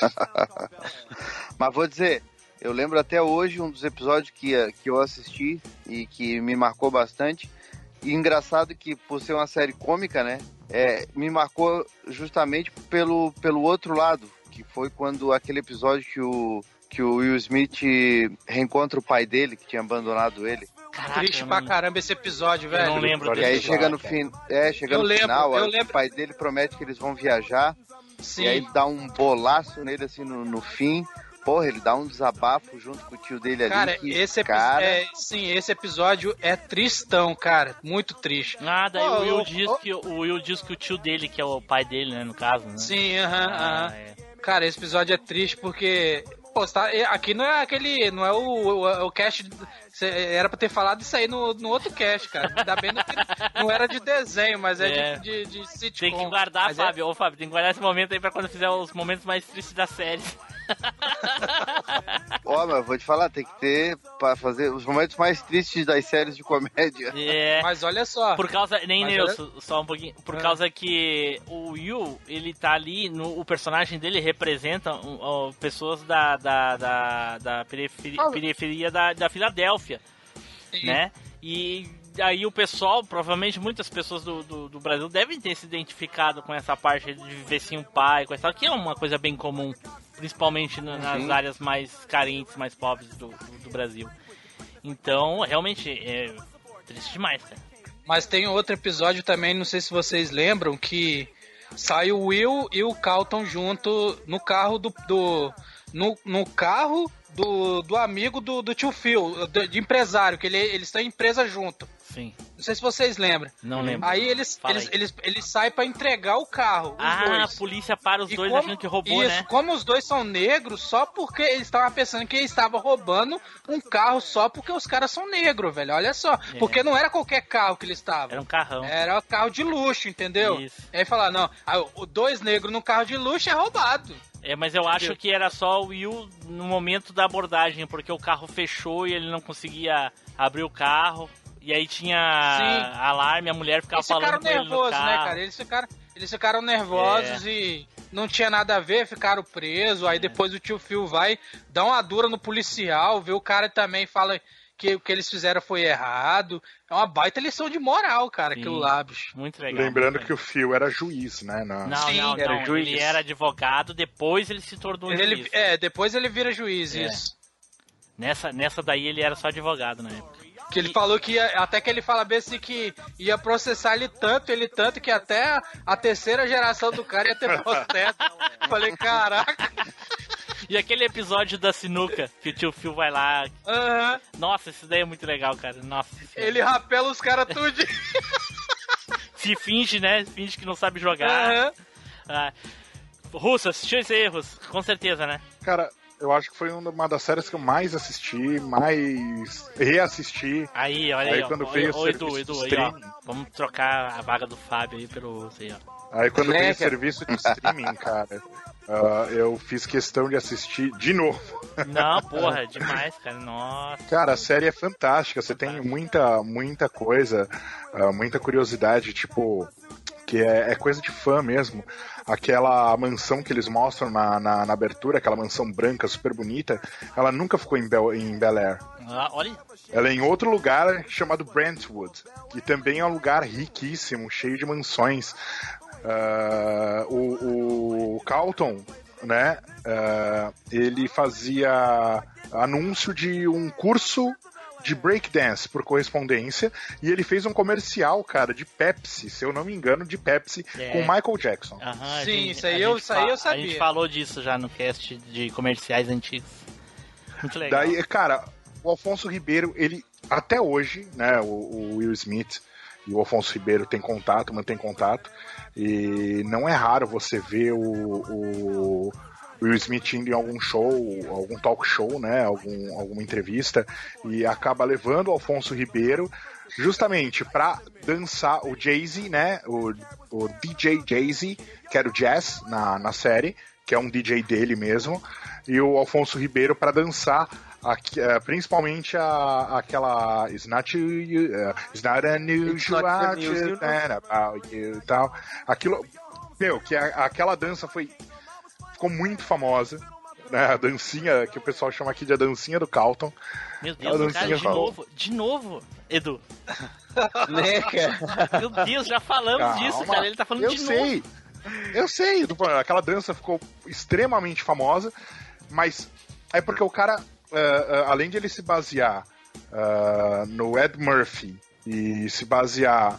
Mas vou dizer, eu lembro até hoje um dos episódios que eu assisti e que me marcou bastante. E engraçado que, por ser uma série cômica, né, me marcou justamente pelo outro lado, que foi quando aquele episódio que o Will Smith reencontra o pai dele, que tinha abandonado ele. Caraca, triste pra caramba esse episódio, velho. Eu não lembro desse E aí episódio, chega no final, o pai dele promete que eles vão viajar. Sim. E aí ele dá um bolaço nele assim no fim. Porra, ele dá um desabafo junto com o tio dele ali. Cara, esse episódio é tristão, cara. Muito triste. Daí o Will diz que o tio dele, que é o pai dele, né, no caso, né? Sim, Cara, esse episódio é triste porque... Pô, aqui não é aquele... Não é o cast... Era pra ter falado isso aí no outro cast, cara. Ainda bem que não era de desenho, mas de sitcom. Tem que guardar, Fábio. Ô, Fábio, tem que guardar esse momento aí pra quando fizer os momentos mais tristes da série. Mas vou te falar, tem que ter pra fazer os momentos mais tristes das séries de comédia. Mas olha só. Por causa, só um pouquinho. Por causa que o Will, ele tá ali, o personagem dele representa pessoas da periferia da Filadélfia, né? E aí o pessoal, provavelmente muitas pessoas do Brasil devem ter se identificado com essa parte de viver sem um pai, que é uma coisa bem comum, principalmente nas áreas mais carentes, mais pobres do Brasil. Então, realmente, é triste demais, cara. Mas tem outro episódio também, não sei se vocês lembram, que sai o Will e o Carlton junto no carro no carro do amigo do tio Phil, de empresário, que eles estão em empresa junto. Sim. Não sei se vocês lembram. Não lembro. Aí eles saem pra entregar o carro. A polícia para os dois achando que roubou, né? Como os dois são negros, só porque eles estavam pensando que eles estavam roubando um carro só porque os caras são negros, velho. Olha só. Porque não era qualquer carro que eles estavam. Era um carrão. Era um carro de luxo, entendeu? Isso. Aí falaram, não, dois negros num carro de luxo é roubado. Mas eu acho que era só o Will no momento da abordagem, porque o carro fechou e ele não conseguia abrir o carro. E aí tinha alarme, a mulher ficava falando com ele no carro. Né, cara? Eles ficaram nervosos e não tinha nada a ver, ficaram presos. Aí depois o tio Phil vai, dá uma dura no policial, vê o cara também fala que o que eles fizeram foi errado. É uma baita lição de moral, cara, aquilo lá, bicho. Muito legal. Lembrando que o Phil era juiz, né? Não, era juiz. Ele era advogado, depois ele se tornou juiz. Depois ele vira juiz, isso. Nessa daí ele era só advogado na época. Que ele falou que até que ele fala bem assim que ia processar ele tanto que até a terceira geração do cara ia ter processo. Falei, caraca. E aquele episódio da sinuca, que o tio Phil vai lá. Nossa, isso daí é muito legal, cara. Nossa. Ele rapela os caras tudo. Se finge, né? Finge que não sabe jogar. Russo, assistiu esse aí, Russo? Com certeza, né? Cara, eu acho que foi uma das séries que eu mais assisti, mais reassisti. Aí, olha aí, quando veio o Edu, aí, ó. Vamos trocar a vaga do Fábio aí pelo Russo aí, ó. Aí quando veio o serviço de streaming, cara, eu fiz questão de assistir de novo. Não, porra, demais, cara, nossa. Cara, a série é fantástica, você tem muita coisa, muita curiosidade, tipo, que é coisa de fã mesmo. Aquela mansão que eles mostram na abertura, aquela mansão branca super bonita, ela nunca ficou em Bel Air. Olha. Ela é em outro lugar chamado Brentwood, que também é um lugar riquíssimo, cheio de mansões. O Carlton, né, ele fazia anúncio de um curso de breakdance por correspondência, e ele fez um comercial, cara, de Pepsi, se eu não me engano, de Pepsi, com Michael Jackson. Sim, isso aí eu sabia. A gente falou disso já no cast de comerciais antigos. Muito legal. Daí, cara, o Alfonso Ribeiro, ele, até hoje, né, o Will Smith e o Alfonso Ribeiro mantém contato, e não é raro você ver Will Smith indo em algum show, algum talk show, né, alguma entrevista, e acaba levando o Alfonso Ribeiro justamente pra dançar o Jay-Z, né, o DJ Jay-Z, que era o Jazz na série, que é um DJ dele mesmo, e o Alfonso Ribeiro pra dançar principalmente aquela It's not unusual about you, tal. Aquilo, que aquela dança ficou muito famosa, né? A dancinha que o pessoal chama aqui de a dancinha do Carlton. Meu Deus, cara, de novo, Edu. Né, cara? Meu Deus, já falamos disso, cara. Ele tá falando de novo. Eu sei, aquela dança ficou extremamente famosa, mas é porque o cara, além de ele se basear no Ed Murphy e se basear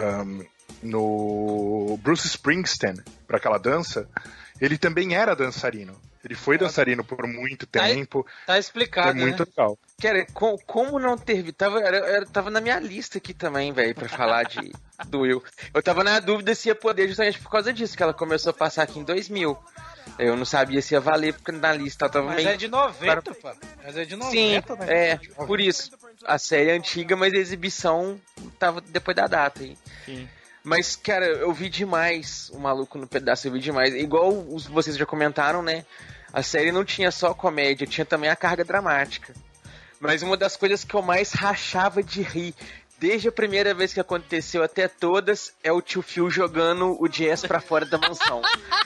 no Bruce Springsteen para aquela dança, ele também era dançarino. Ele foi dançarino por muito tempo. Tá explicado, é muito legal. Cara, como não ter... Tava na minha lista aqui também, velho, pra falar do Will. Eu tava na dúvida se ia poder justamente por causa disso, que ela começou a passar aqui em 2000. Eu não sabia se ia valer, porque na lista tava mas meio... é de 90, pô. Mas é de 90, sim, né? Por isso. A série é antiga, mas a exibição tava depois da data aí. Sim. Mas, cara, eu vi demais o Maluco no Pedaço, eu vi demais. Igual vocês já comentaram, né? A série não tinha só comédia, tinha também a carga dramática. Mas uma das coisas que eu mais rachava de rir, desde a primeira vez que aconteceu até todas, é o tio Phil jogando o Jazz pra fora da mansão.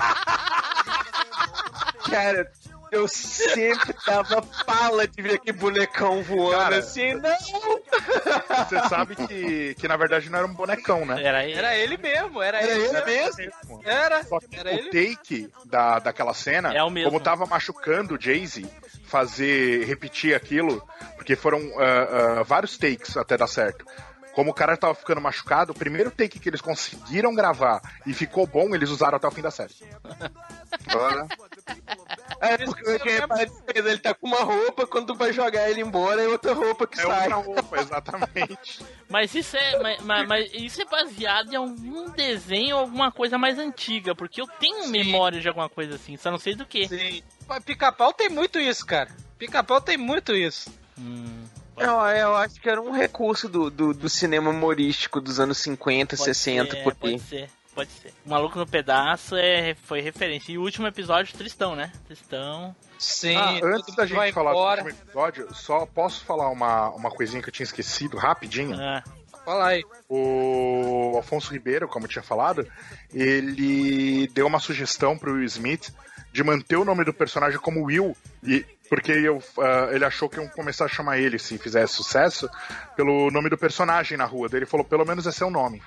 Cara, eu sempre dava pala de ver aquele bonecão voando, cara, assim, não! Você sabe que na verdade não era um bonecão, né? Era ele mesmo, era ele mesmo. Só que era o ele. take daquela cena, é o mesmo. Como tava machucando o Jay-Z, repetir aquilo, porque foram vários takes até dar certo. Como o cara tava ficando machucado, o primeiro take que eles conseguiram gravar e ficou bom, eles usaram até o fim da série. Olha. Porque ele tá com uma roupa, quando tu vai jogar ele embora, é outra roupa que sai. É outra roupa, exatamente. Mas isso é baseado em algum desenho ou alguma coisa mais antiga, porque eu tenho memória de alguma coisa assim, só não sei do que. Sim. Pica-Pau tem muito isso, cara. Pica-Pau tem muito isso. Eu acho que era um recurso do cinema humorístico dos anos 50, 60, por aí. Pode ser. O Maluco no Pedaço foi referência. E o último episódio, Tristão, né? Tristão. Sim. Antes da gente falar do último episódio, só posso falar uma coisinha que eu tinha esquecido, rapidinho? Fala aí. O Alfonso Ribeiro, como eu tinha falado, ele deu uma sugestão pro Will Smith de manter o nome do personagem como Will, porque ele achou que iam começar a chamar ele, se fizesse sucesso, pelo nome do personagem na rua. Daí ele falou, pelo menos esse é o nome.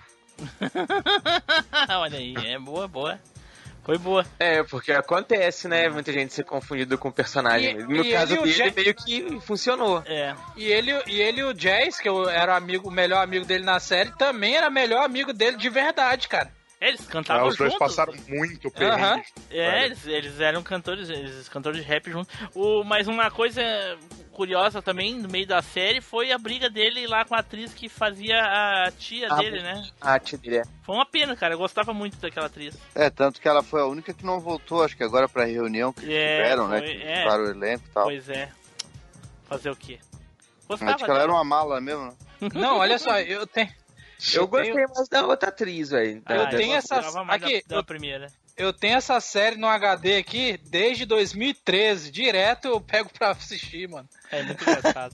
Olha aí, é boa. Foi boa. Porque acontece, né? Muita gente ser confundido com o personagem. No caso dele, meio que funcionou. E ele e o Jazz, que era o melhor amigo dele na série, também era o melhor amigo dele de verdade, cara. Eles cantavam juntos. Os dois passaram muito perrengue. Eles eram cantores de rap juntos. Mas uma coisa curiosa também, no meio da série, foi a briga dele lá com a atriz que fazia a tia dele, né? A tia dele, Foi uma pena, cara. Eu gostava muito daquela atriz. Tanto que ela foi a única que não voltou, acho que agora pra reunião que tiveram, né? Que para o elenco e tal. Pois é. Fazer o quê? Acho que ela era uma mala mesmo, né? Não, olha só, eu gostei mais da outra atriz, velho. Eu tenho essa aqui, da primeira. Eu tenho essa série no HD aqui desde 2013. Direto eu pego pra assistir, mano. É muito engraçado.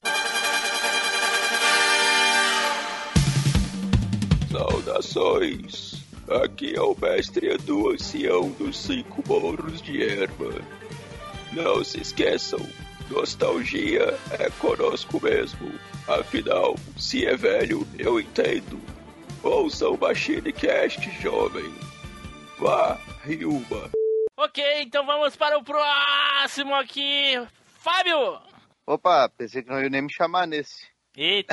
Saudações! Aqui é o mestre Edu, ancião dos 5 morros de erva. Não se esqueçam, nostalgia é conosco mesmo. Afinal, se é velho, eu entendo. Ouça o MachineCast, jovem. Vá, Ryuma. Ok, então vamos para o próximo aqui. Fábio! Opa, pensei que não ia nem me chamar nesse. Eita!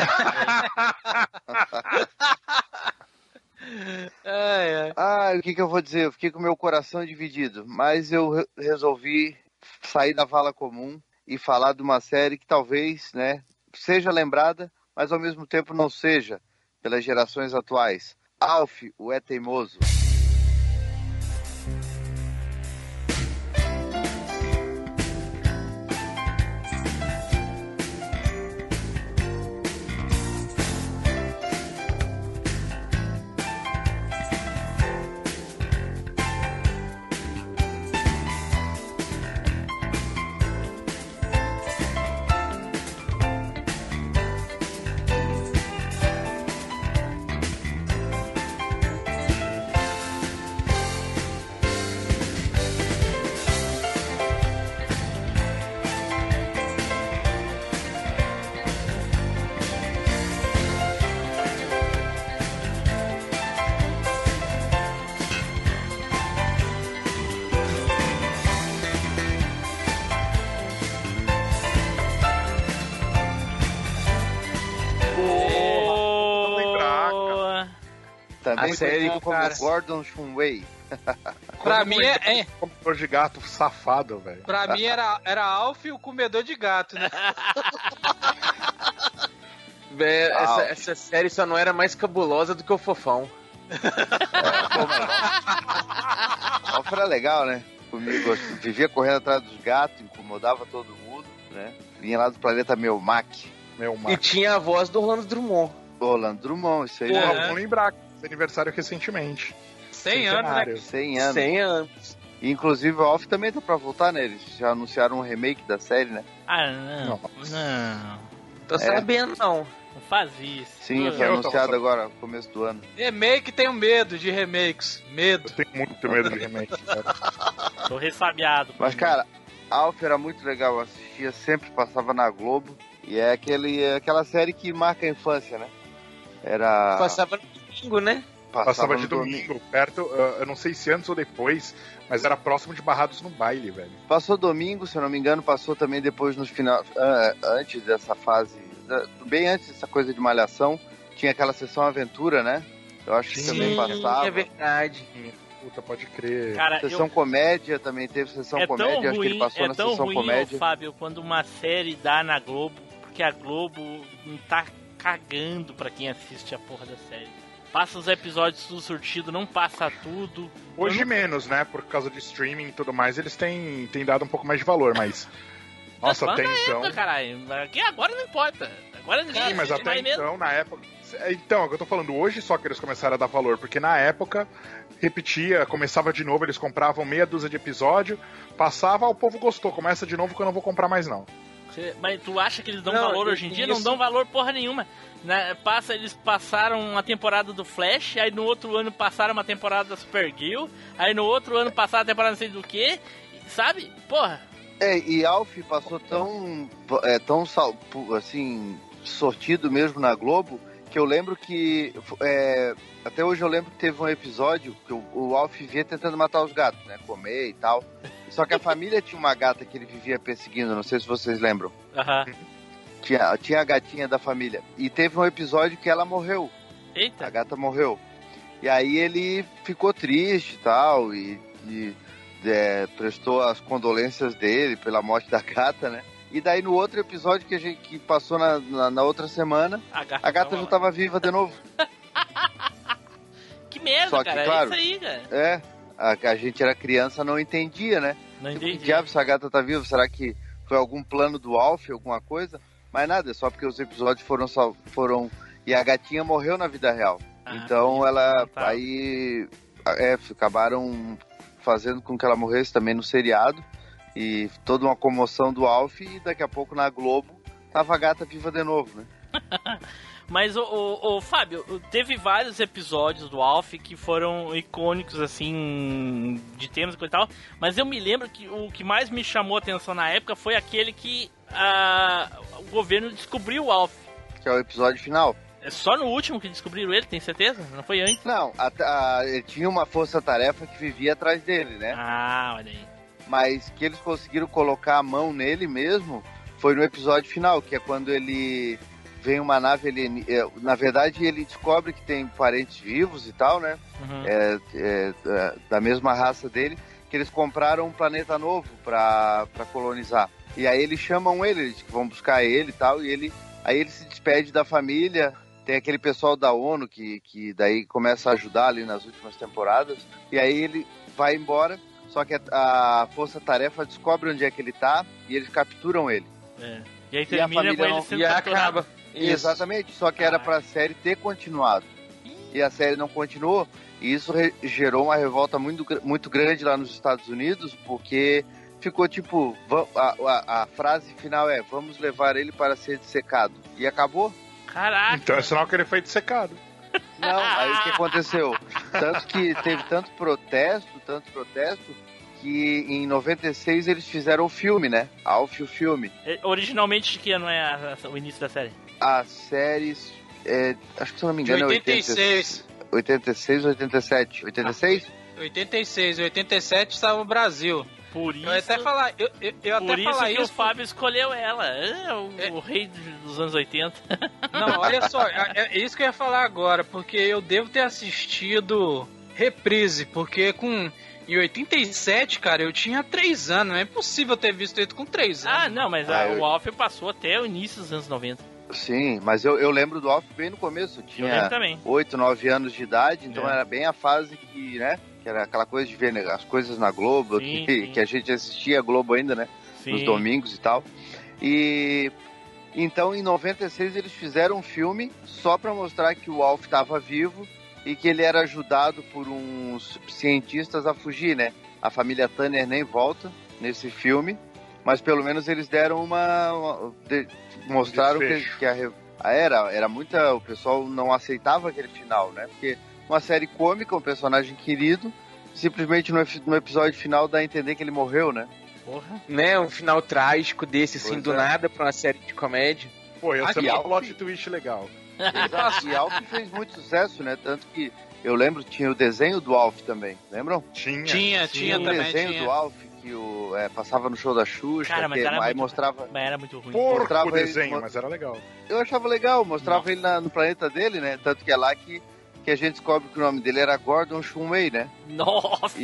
O que eu vou dizer? Eu fiquei com o meu coração dividido, mas eu resolvi sair da vala comum e falar de uma série que talvez, né, seja lembrada, mas ao mesmo tempo não seja, pelas gerações atuais. Alf, o É Teimoso. Também a série, como cara. Gordon Shumway. Pra mim é. Comedor de gato safado, velho. Pra mim era Alf o comedor de gato, né? Essa série só não era mais cabulosa do que o Fofão. Alf era legal, né? Comigo, vivia correndo atrás dos gatos, incomodava todo mundo, né? Vinha lá do planeta Melmac. E tinha a voz do Orlando Drummond. Orlando Drummond, isso aí. Vamos lembrar que fez aniversário recentemente. 100 anos, né? 100 anos. 100 anos. Inclusive o Alf também tá pra voltar, né? Eles já anunciaram um remake da série, né? Ah, não. Tô sabendo, não. Não faz isso. Sim, foi anunciado agora, no começo do ano. Remake, tenho medo de remakes. Medo. Eu tenho muito medo de remake, cara. Tô ressabiado. Mas, cara, Alf era muito legal. Eu assistia, sempre passava na Globo. E é aquela série que marca a infância, né? Era... Passava no domingo, né? Passava de domingo, perto, eu não sei se antes ou depois, mas era próximo de Barrados no Baile, velho. Passou domingo, se eu não me engano, passou também depois no final, antes dessa fase, bem antes dessa coisa de malhação, tinha aquela sessão aventura, né? Eu acho que também passava. É verdade. Puta, pode crer. Cara, sessão comédia também teve sessão comédia, acho que ele passou na sessão comédia. Fábio, quando uma série dá na Globo, porque a Globo não tá cagando pra quem assiste a porra da série. Passa os episódios tudo surtido, não passa tudo. Hoje menos, né? Por causa de streaming e tudo mais, eles têm dado um pouco mais de valor, mas... Nossa, até então... Época, caralho. Agora não importa. Agora ninguém. Sim, mas até então, na época... Então, é o que eu tô falando, hoje só que eles começaram a dar valor, porque na época, repetia, começava de novo, eles compravam meia dúzia de episódio, passava, o povo gostou, começa de novo que eu não vou comprar mais não. Mas tu acha que eles dão valor hoje em dia? Não dão valor porra nenhuma. Eles passaram uma temporada do Flash, aí no outro ano passaram uma temporada da Supergirl, aí no outro ano passaram a temporada não sei do que, sabe? Porra. E Alf passou tão assim, sortido mesmo na Globo, que eu lembro que até hoje eu lembro que teve um episódio que o Alf vivia tentando matar os gatos, né? Comer e tal. Só que a família tinha uma gata que ele vivia perseguindo, não sei se vocês lembram. Tinha a gatinha da família. E teve um episódio que ela morreu. Eita. A gata morreu. E aí ele ficou triste e tal, e prestou as condolências dele pela morte da gata, né? E daí no outro episódio que passou na outra semana, a gata já tava viva de novo. Que merda, só que, cara, claro, é isso aí, cara. A gente era criança, não entendia, né? Não entendi. Que diabo essa gata tá viva? Será que foi algum plano do Alf, alguma coisa? Mas nada, é só porque os episódios foram... E a gatinha morreu na vida real. Então aí acabaram fazendo com que ela morresse também no seriado. E toda uma comoção do Alf, e daqui a pouco na Globo tava a gata viva de novo, né? Mas, o Fábio, teve vários episódios do Alf que foram icônicos, assim, de temas e coisa e tal, mas eu me lembro que o que mais me chamou a atenção na época foi aquele que o governo descobriu o Alf. Que é o episódio final. É só no último que descobriram ele, tem certeza? Não foi antes? Não, ele tinha uma força-tarefa que vivia atrás dele, né? Olha aí. Mas que eles conseguiram colocar a mão nele mesmo foi no episódio final, que é quando ele vem uma nave alienígena. Na verdade, ele descobre que tem parentes vivos e tal, né? Da mesma raça dele, que eles compraram um planeta novo pra colonizar. E aí eles chamam eles vão buscar ele e tal, e aí ele se despede da família. Tem aquele pessoal da ONU que daí começa a ajudar ali nas últimas temporadas. E aí ele vai embora. Só que a força-tarefa descobre onde é que ele tá e eles capturam ele. E aí termina com ele sendo capturado. Acaba. Exatamente, só que era pra série ter continuado. E a série não continuou. E isso gerou uma revolta muito, muito grande lá nos Estados Unidos, porque ficou tipo... A frase final é: vamos levar ele para ser dissecado. E acabou. Caraca! Então é sinal que ele foi dissecado. Não, aí o que aconteceu? Tanto que teve tanto protesto, que em 96 eles fizeram o filme, né? Alf, o filme. Originalmente de que ano é o início da série? A série, acho que se eu não me engano, de 86. 86 ou 87? 86? 86, 87 estava no Brasil. Por isso, eu até falar, eu até por isso falar que isso, o Fábio escolheu ela. O rei dos anos 80. Não, olha só, é isso que eu ia falar agora, porque eu devo ter assistido reprise, porque em 87, cara, eu tinha 3 anos, não é impossível ter visto ele com 3 anos. Ah, não, mas o Alf passou até o início dos anos 90. Sim, mas eu lembro do Alf bem no começo. Eu tinha 8, 9 anos de idade, então era bem a fase que, né? Que era aquela coisa de ver, né, as coisas na Globo, que a gente assistia a Globo ainda, né? Sim. Nos domingos e tal. E então em 96 eles fizeram um filme só pra mostrar que o Alf estava vivo e que ele era ajudado por uns cientistas a fugir, né? A família Tanner nem volta nesse filme, mas pelo menos eles deram mostraram que era muita... O pessoal não aceitava aquele final, né? Porque uma série cômica, um personagem querido, simplesmente no episódio final dá a entender que ele morreu, né? Porra. Né? Um final trágico desse, assim, do nada, pra uma série de comédia. Pô, ia ser um plot twist legal. Exato. E Alf fez muito sucesso, né? Tanto que eu lembro que tinha o desenho do Alf também, lembram? Tinha também. O desenho do Alf que passava no show da Xuxa. Cara, mas aí mostrava. Mas era muito ruim. Porco o desenho, mas era legal. Eu achava legal, mostrava ele no planeta dele, né? Tanto que é lá que a gente descobre que o nome dele era Gordon Shumway, né? Nossa!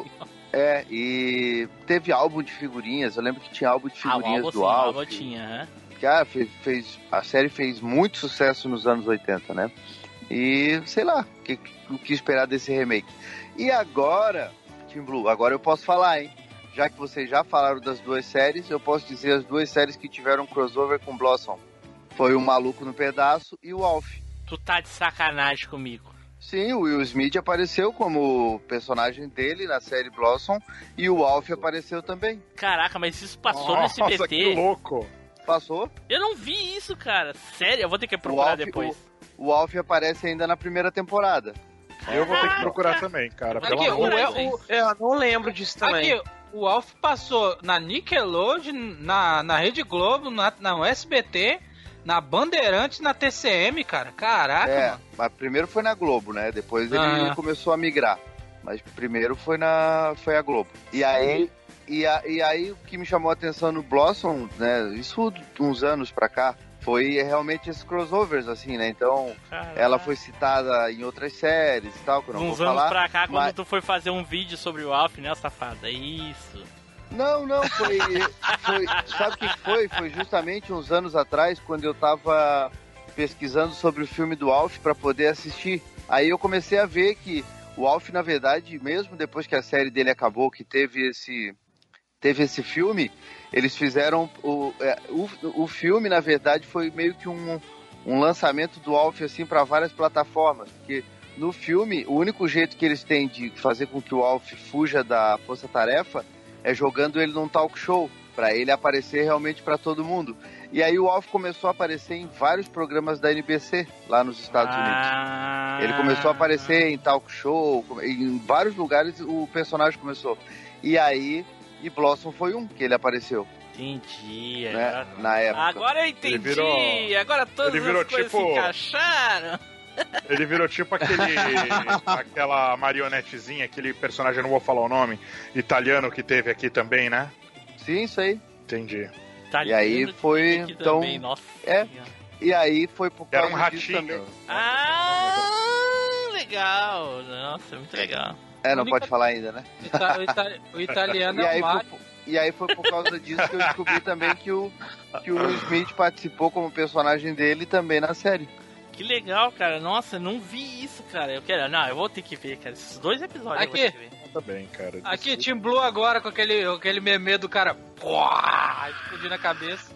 E teve álbum de figurinhas. Eu lembro que tinha álbum de figurinhas do Alf. Tinha, Cara, a série fez muito sucesso nos anos 80, né? E sei lá, o que esperar desse remake. E agora, Team Blue, agora eu posso falar, hein? Já que vocês já falaram das duas séries, eu posso dizer as duas séries que tiveram crossover com Blossom. Foi o Maluco no Pedaço e o Alf. Tu tá de sacanagem comigo. Sim, o Will Smith apareceu como personagem dele na série Blossom e o Alf apareceu também. Caraca, mas isso passou no SBT? Nossa, que louco! Passou? Eu não vi isso, cara. Sério, eu vou ter que procurar depois. O Alf aparece ainda na primeira temporada. Eu vou ter que procurar também, cara. Eu não lembro disso também. Aqui, o Alf passou na Nickelodeon, na Rede Globo, na SBT, na Bandeirantes, na TCM, cara. Caraca, mano. Mas primeiro foi na Globo, né? Depois ele começou a migrar. Mas primeiro foi a Globo. E aí o que me chamou a atenção no Blossom, né? Isso uns anos pra cá, foi realmente esses crossovers, assim, né? Então, ela foi citada em outras séries e tal, que eu não vou falar. Uns anos pra cá, quando tu foi fazer um vídeo sobre o Alf, né, safada? Isso. Não, foi sabe o que foi? Foi justamente uns anos atrás, quando eu tava pesquisando sobre o filme do Alf pra poder assistir. Aí eu comecei a ver que o Alf, na verdade, mesmo depois que a série dele acabou, que teve esse filme, eles fizeram o filme, na verdade, foi meio que um lançamento do Alf, assim, para várias plataformas, porque no filme, o único jeito que eles têm de fazer com que o Alf fuja da força-tarefa é jogando ele num talk show, para ele aparecer realmente para todo mundo. E aí o Alf começou a aparecer em vários programas da NBC, lá nos Estados Unidos. Ele começou a aparecer em talk show, em vários lugares o personagem começou. E Blossom foi um que ele apareceu. Entendi. Né? Na época. Agora eu entendi. Agora todas as coisas se encaixaram. Ele virou tipo aquela marionetezinha, aquele personagem, eu não vou falar o nome, italiano que teve aqui também, né? Sim, isso aí. Entendi. Italiano, e aí foi, então... Também, nossa. E aí foi por causa disso ratinho também. Legal. Nossa, muito legal. Não pode falar ainda, né? O italiano é o Mario. E aí foi por causa disso que eu descobri também que o Will Smith participou como personagem dele também na série. Que legal, cara. Nossa, eu não vi isso, cara. Eu vou ter que ver, cara. Esses 2 episódios aqui, eu vou ter que ver. Tá bem, cara. Aqui, Team Blue agora com aquele meme do cara explodindo a cabeça.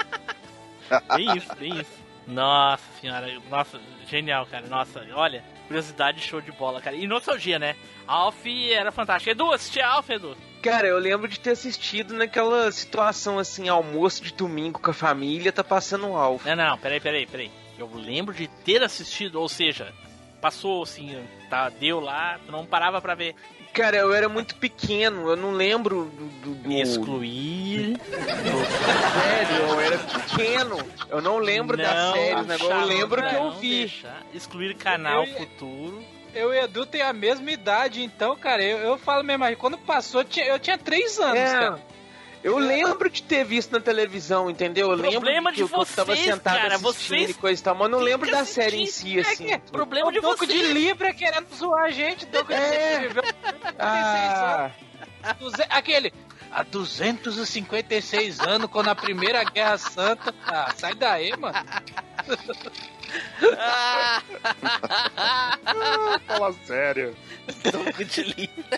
Bem isso. Nossa senhora. Nossa, genial, cara. Nossa, olha, curiosidade, show de bola, cara. E nostalgia, né? Alf era fantástico. Edu, assistia Alf, Edu? Cara, eu lembro de ter assistido naquela situação assim, almoço de domingo com a família, tá passando um Alf. Não, peraí. Eu lembro de ter assistido, ou seja, passou assim, deu lá, tu não parava pra ver. Cara, eu era muito pequeno, eu não lembro do... Excluir... Sério, eu era pequeno, eu não lembro da série, eu lembro que eu vi. Excluir canal futuro. Eu e Edu tem a mesma idade, então, cara, eu falo mesmo, aí quando passou, eu tinha 3 anos, cara. Eu lembro de ter visto na televisão, entendeu? Eu lembro que eu tava sentado cara, assistindo e coisa e tal, mas não lembro da série em si, assim. Problema de Doco vocês. de Libra querendo zoar a gente, Doco de Libra. Aquele... Há 256 anos, quando a Primeira Guerra Santa... Ah, sai daí, mano. Fala sério. Doco de Libra.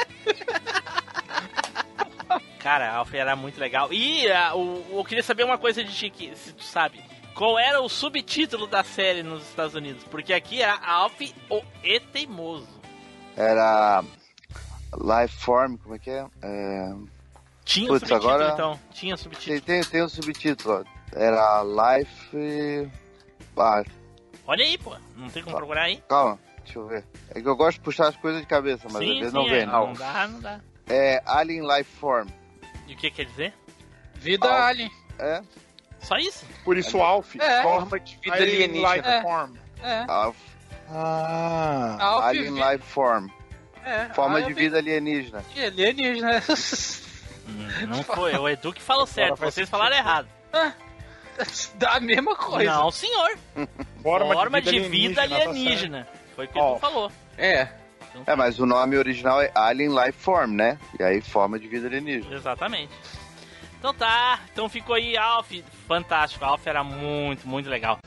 Cara, a Alf era muito legal. E eu queria saber uma coisa de ti, se tu sabe. Qual era o subtítulo da série nos Estados Unidos? Porque aqui era Alf, o E Teimoso. Era... Lifeform, como é que é? Tinha o subtítulo, agora... então? Tinha subtítulo. Tem o subtítulo, ó. Era Life... Olha aí, pô. Não tem como procurar aí? Calma, deixa eu ver. É que eu gosto de puxar as coisas de cabeça, mas às vezes não vem. Não dá. É Alien Lifeform. E o que quer dizer? Vida Alien. É. Só isso? Por isso Alf. Forma de vida alienígena. Lifeform. Alf. Alien Lifeform. Forma de vida alienígena. Alienígena. Não foi, o Edu que falou certo, vocês falaram errado. Dá a mesma coisa. Não, senhor. Forma de vida alienígena. Foi o que o Edu falou. Mas o nome original é Alien Lifeform, né? E aí, forma de vida alienígena. Exatamente. Então tá, então ficou aí Alf, fantástico, Alf era muito, muito legal.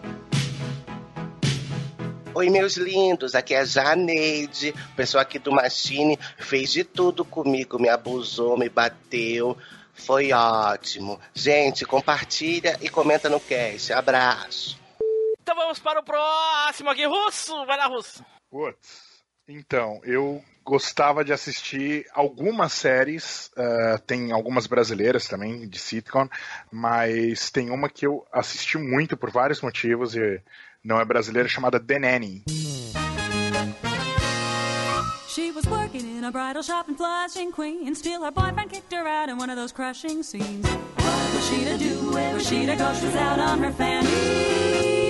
Oi, meus lindos, aqui é a Janeide, o pessoal aqui do Machine fez de tudo comigo, me abusou, me bateu, foi ótimo. Gente, compartilha e comenta no cast, abraço. Então vamos para o próximo aqui, Russo, vai lá, Russo. Putz. Então, eu gostava de assistir algumas séries, tem algumas brasileiras também, de sitcom, mas tem uma que eu assisti muito por vários motivos e não é brasileira, chamada The Nanny. She was working in a bridal shop in Flushing, Queens. Still her boyfriend kicked her out in one of those crushing scenes. What was she to do? Where was she to go? She was out on her fanny.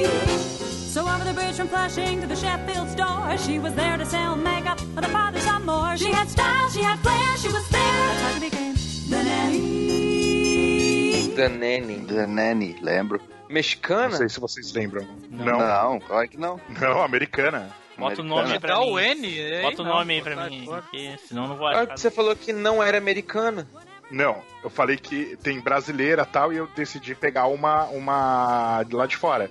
So over the bridge from Flushing to the Sheffield store, she was there to sell makeup, but her father saw more. She had style, she had flair, she was there. That's how she became the nanny. The Nanny, lembro. Mexicana? Não sei se vocês lembram. Não, claro que não. Não, americana. Bota o nome pra mim. Bota o nome aí pra mim, porque senão não vou achar. Você falou que não era americana. Não, eu falei que tem brasileira e tal, e eu decidi pegar uma lá de fora.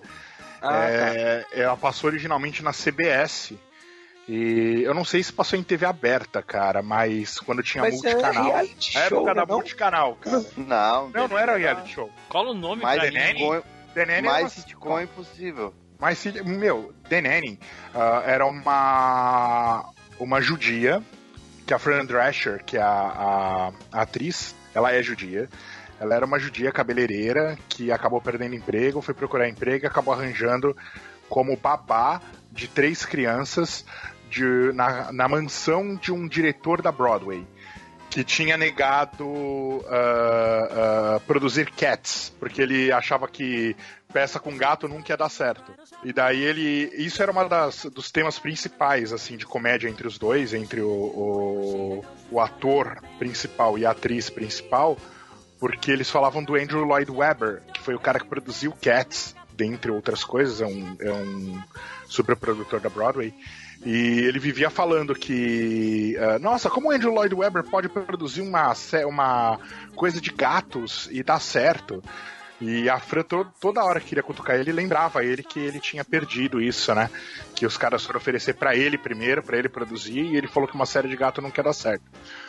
Ela passou originalmente na CBS. E eu não sei se passou em TV aberta, cara, mas quando tinha multicanal. A época da multicanal, cara. Não era reality show. Cola o nome mais pra mim. The Nanny mais sitcom impossível. Mas, The Nanny era uma judia, que a Fran Drescher, que é a atriz, ela é judia. Ela era uma judia cabeleireira que acabou perdendo emprego, foi procurar emprego e acabou arranjando como babá de 3 crianças na mansão de um diretor da Broadway, que tinha negado produzir Cats, porque ele achava que peça com gato nunca ia dar certo. E daí isso era uma dos temas principais, assim, de comédia entre os dois, entre o ator principal e a atriz principal, porque eles falavam do Andrew Lloyd Webber, que foi o cara que produziu Cats, dentre outras coisas, é um superprodutor da Broadway, e ele vivia falando que nossa, como o Andrew Lloyd Webber pode produzir uma coisa de gatos e dar certo? E a Fran toda hora que queria cutucar ele, lembrava ele que ele tinha perdido isso, né? Que os caras foram oferecer pra ele primeiro, pra ele produzir, e ele falou que uma série de gato não quer dar certo.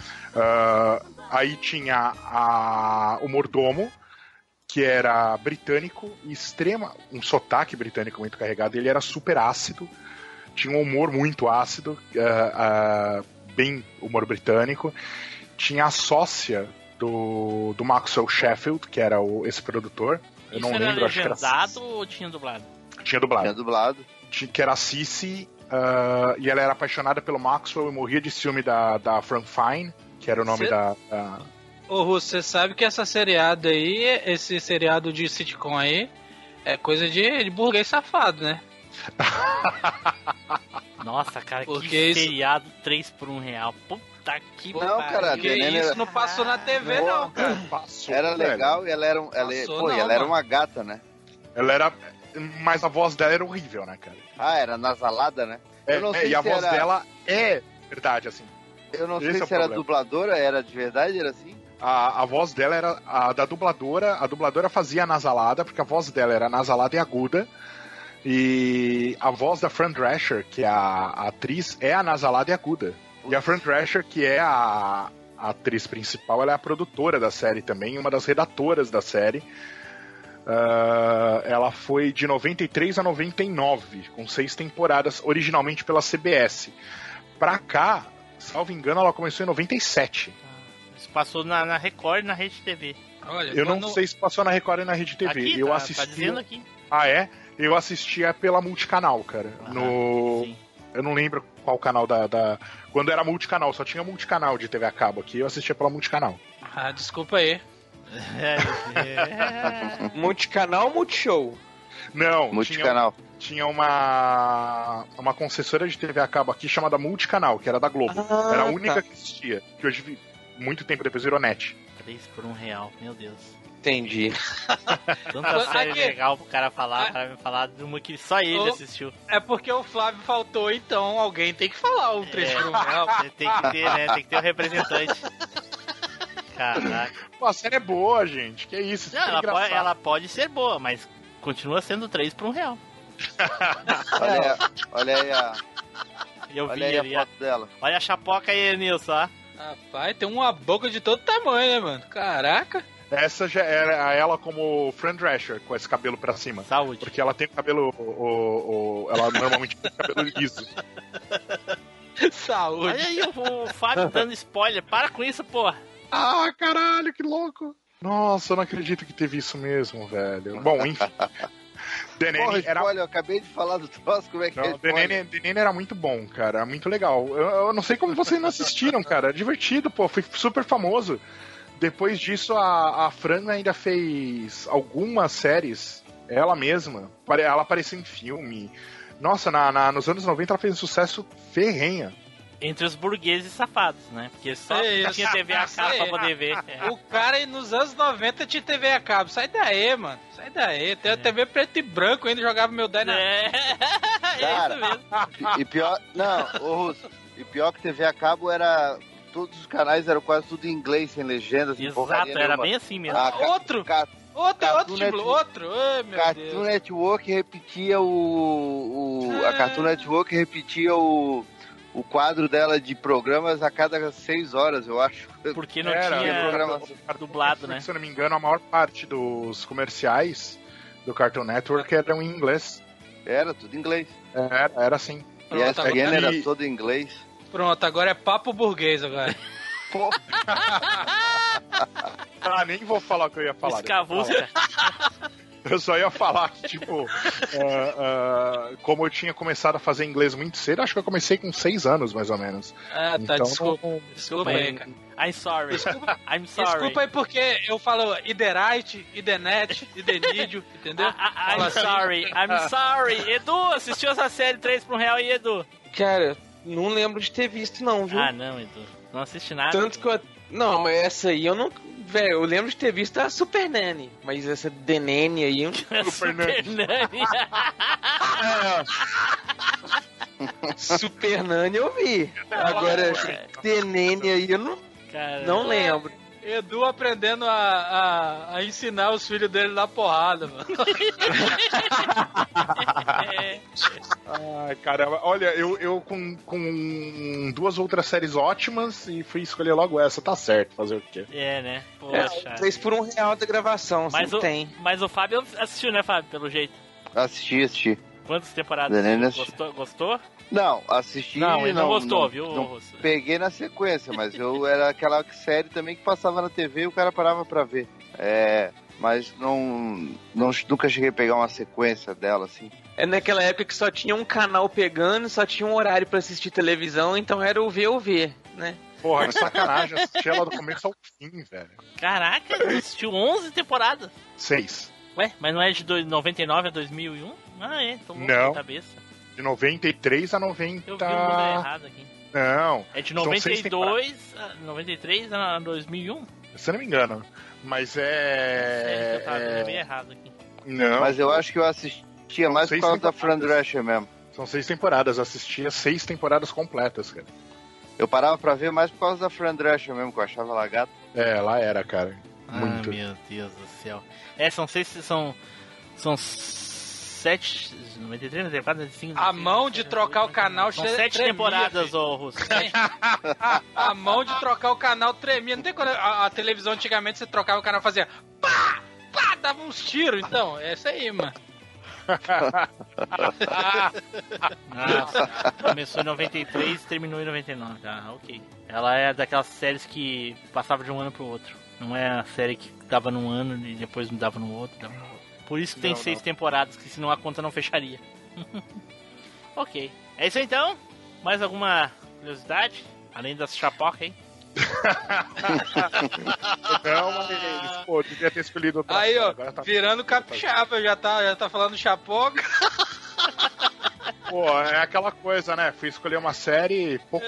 Aí tinha o mordomo, que era britânico, um sotaque britânico muito carregado, ele era super ácido, tinha um humor muito ácido, bem humor britânico. Tinha a sócia do Maxwell Sheffield, que era esse produtor. Eu Isso não era lembro, acho que era... legendado ou tinha dublado? Tinha dublado. Tinha dublado. Que era a Cici, e ela era apaixonada pelo Maxwell e morria de ciúme da Fran Fine, que era o nome da... Ô, Russo, você sabe que essa seriado aí, esse seriado de sitcom aí, é coisa de burguês safado, né? Nossa, cara, Porque que isso- seriado 3 por R$1. Puta que Não, pariu. cara, Porque The Nanny isso era- não passou na TV, não, cara. Passou, Era velho. legal e ela era, Passou, pô, e não, ela era mano. uma gata, né? Ela era. Mas a voz dela era horrível, né, cara? Ah, era nasalada, né? Eu não sei E a se voz era- dela é verdade, assim. Eu não Esse sei é o se era problema. dubladora, era de verdade, era assim? A voz dela era a da dubladora. A dubladora fazia nasalada, porque a voz dela era nasalada e aguda. E a voz da Fran Drescher, que é a atriz, é a nasalada e aguda. E a Fran Drescher, que é a atriz principal, ela é a produtora da série também, uma das redatoras da série. Ela foi de 93 a 99, com 6 temporadas, originalmente pela CBS. Pra cá, salvo engano, ela começou em 97. Isso passou na Record e na Rede TV. Olha, Eu não quando- sei se passou na Record e na Rede TV. Aqui, Eu tá assistia... dizendo aqui. Ah, é? Eu assistia pela Multicanal, cara. Sim. Eu não lembro qual canal da... Quando era Multicanal, só tinha Multicanal de TV a cabo aqui. Eu assistia pela Multicanal. Ah, desculpa aí. Multicanal ou Multishow? Não, Multicanal. Tinha uma concessora de TV a cabo aqui chamada Multicanal, que era da Globo. Ah, Era a única tá. que existia. Que hoje, muito tempo depois, virou net. 3 por R$1, meu Deus. Entendi. Tanta série Aqui. legal pro cara falar, para me falar de uma que só ele assistiu. É porque o Flávio faltou, então alguém tem que falar o 3 por R$1. Tem que ter, né? Tem que ter um representante. Caraca. Pô, a série é boa, gente. Que isso? Não, ela pode ser boa, mas continua sendo 3 por R$1. Olha aí a... Eu Olha vi aí ali. a foto dela. Olha a chapoca aí, Nilson, ó. Rapaz, tem uma boca de todo tamanho, né, mano? Caraca. Essa já era ela como Fran Drescher, com esse cabelo pra cima. Saúde. Porque ela tem o cabelo... ela normalmente tem o cabelo liso. Saúde. Olha aí o Fábio dando spoiler. Para com isso, porra. Ah, caralho, que louco. Nossa, eu não acredito que teve isso mesmo, velho. Bom, enfim. The Porra, Nanny era... spoiler, eu acabei de falar do troço, como é que é Não, The spoiler? Nanny era muito bom, cara. Era muito legal. Eu não sei como vocês não assistiram, cara. É divertido, pô. Foi super famoso. Depois disso, a Fran ainda fez algumas séries. Ela mesma. Ela apareceu em filme. Nossa, nos anos 90 ela fez um sucesso ferrenha. Entre os burgueses safados, né? Porque só Isso. tinha TV a cabo pra poder ver. É. O cara nos anos 90 tinha TV a cabo. Sai daí, mano. Sai daí. Tem a TV preto e branco ainda, jogava meu Dyna. Cara, e pior... Não, ô Russo, e pior que TV a cabo era... Todos os canais eram quase tudo em inglês, sem legendas, sem porcaria era nenhuma. bem assim mesmo. Outro Cartoon tipo, outro. Ai, meu Cartoon Deus. Network repetia a Cartoon Network repetia o quadro dela de programas a cada 6 horas, eu acho. Porque não tinha programação. dublado, né? Se eu não me engano, a maior parte dos comerciais do Cartoon Network eram em inglês. Era tudo em inglês. Era assim. E a ESPN era E- todo em inglês. Pronto, agora é papo burguês agora. Pô, Ah, nem vou falar o que eu ia falar. Escavusca. Eu só ia falar que, tipo, como eu tinha começado a fazer inglês muito cedo, acho que eu comecei com 6 anos, mais ou menos. Ah, tá, Então, desculpa aí, cara. I'm sorry. I'm sorry. Desculpa aí porque eu falo Iderite, Idernet, Idenídio, entendeu? I'm Fala assim. sorry. I'm sorry. Edu, assistiu essa série 3 por R$1 e Edu? Cara, não lembro de ter visto, não, viu? Ah, não, Edu. Não assiste nada. Tanto que eu. Não, mas essa aí eu não. Velho, eu lembro de ter visto a Super Nanny. Mas essa The Nanny aí. Super Nanny. Super Nanny eu vi. Agora, The Nanny aí eu não lembro. Edu aprendendo a ensinar os filhos dele na porrada, mano. Ai, caramba. Olha, eu com 2 outras séries ótimas e fui escolher logo essa. Tá certo, fazer o quê? É, né? Poxa. 3 por R$1 da gravação, Mas tem. Mas o Fábio assistiu, né, Fábio? Pelo jeito. assisti. Quantas temporadas? The Nanny assisti. Gostou? Não, assisti. Não, ele não gostou, viu, Russo? Peguei na sequência, mas eu era aquela série também que passava na TV e o cara parava pra ver. Mas nunca cheguei a pegar uma sequência dela, assim. É naquela época que só tinha um canal pegando, só tinha um horário pra assistir televisão, então era o VOV, né? Porra, que sacanagem. Assisti ela do começo ao fim, velho. Caraca, ele assistiu 11 temporadas. 6. Ué, mas não é de 99 a 2001? Ah, é, tô louco Não. na cabeça. De 93 a 90... Eu vi um número errado aqui. Não. É de 92 a 93 a 2001? Se eu não me engano. Mas é... Eu vi errado aqui. Não. Mas eu acho que eu assistia mais por causa da Fran Drescher mesmo. São 6 temporadas. Eu assistia 6 temporadas completas, cara. Eu parava pra ver mais por causa da Fran Drescher mesmo, que eu achava ela gata. É, ela era, cara. Muito. Ah, meu Deus do céu. São 7... 93, 94, 95... A mão de trocar o canal são 7 temporadas, ô Russo. A mão de trocar o canal tremia. Não tem quando a televisão antigamente você trocava o canal e fazia pá, pá, dava uns tiros. Então, é isso aí, mano. Nossa, começou em 93 e terminou em 99. Ah, ok. Ela é daquelas séries que passava de um ano pro outro. Não é a série que dava num ano e depois dava no outro, Por isso que tem 6 temporadas, que senão a conta não fecharia. Ok. É isso então? Mais alguma curiosidade? Além das chapocas, hein? Não, mas, pô, devia ter escolhido outra. Aí, ó, tá virando capixaba, já tá falando chapoca. Pô, é aquela coisa, né? Fui escolher uma série e pocou.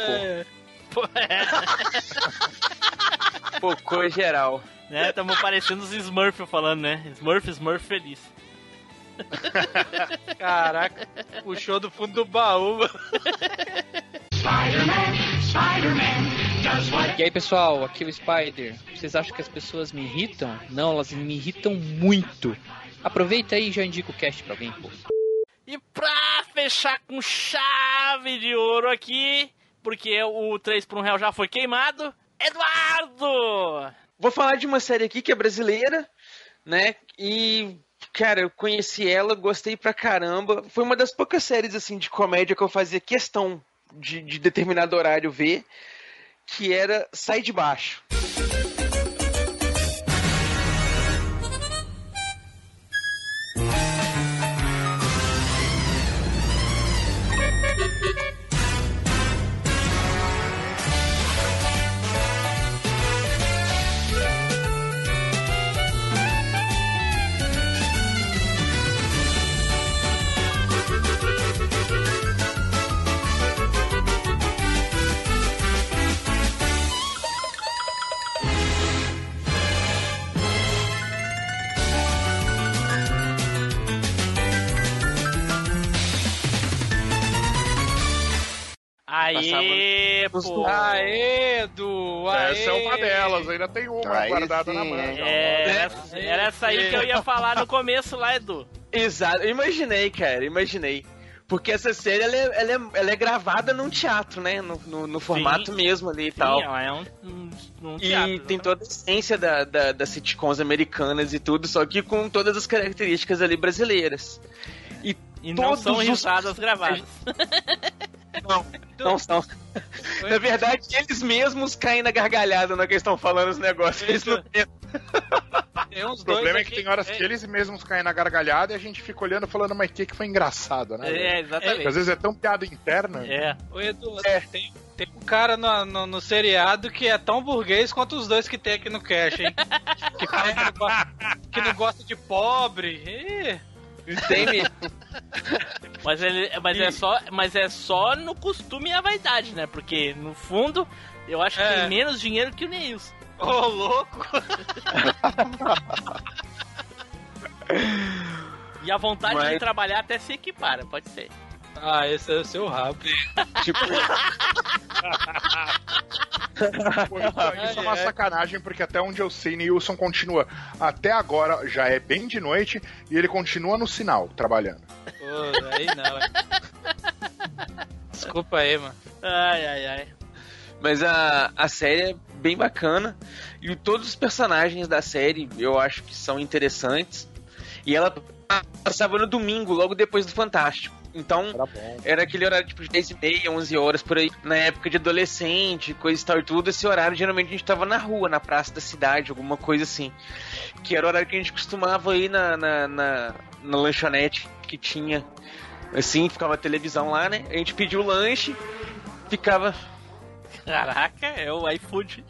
Pocou geral. Né, tamo parecendo os Smurf falando, né? Smurf feliz. Caraca, puxou do fundo do baú. E aí, pessoal, aqui é o Spider. Vocês acham que as pessoas me irritam? Não, elas me irritam muito. Aproveita aí e já indica o cast pra alguém, pô. E pra fechar com chave de ouro aqui, porque o 3 por R$1 já foi queimado, Eduardo! Vou falar de uma série aqui que é brasileira, né? E, cara, eu conheci ela, gostei pra caramba. Foi uma das poucas séries, assim, de comédia que eu fazia questão de determinado horário ver, que era Sai de Baixo. Aê, pô! Aê, Edu! Essa é uma delas, ainda tem uma Aí guardada sim, na manga. Era essa aí que eu ia falar no começo lá, Edu. Exato, eu imaginei, cara, imaginei. Porque essa série, ela é gravada num teatro, né? No formato mesmo ali e tal. Sim, ela é um e teatro. tem toda a essência das sitcoms americanas e tudo, só que com todas as características ali brasileiras. E não são risadas gravadas. Não são. Na verdade, eles mesmos caem na gargalhada na hora que eles estão falando os negócios. Eles não O problema é que tem horas que eles mesmos caem na gargalhada e a gente fica olhando falando, mas que foi engraçado, né? Exatamente. Porque às vezes é tão piada interna. Ô, Edu, tem um cara no seriado que é tão burguês quanto os dois que tem aqui no Cash, hein? Que fala que não gosta de pobre. Tem mesmo. Mas é só no costume e a vaidade, né? Porque, no fundo, eu acho que tem menos dinheiro que o Neilson. Ô, louco! E a vontade de trabalhar até se equipara, pode ser. Ah, esse é o seu rabo. Tipo... Pô, isso é uma sacanagem, porque até onde eu sei, Nilson continua. Até agora já é bem de noite e ele continua no sinal, trabalhando. Pô, aí não. Desculpa aí, mano. Ai. Mas a série é bem bacana. E todos os personagens da série eu acho que são interessantes. E ela passava no domingo, logo depois do Fantástico. Então, era aquele horário tipo de 10h30, 11 horas por aí. Na época de adolescente, coisa e tal e tudo, esse horário geralmente a gente tava na rua, na praça da cidade, alguma coisa assim. Que era o horário que a gente costumava ir na lanchonete que tinha. Assim, ficava a televisão lá, né? A gente pedia o lanche, ficava... Caraca, é o iFood.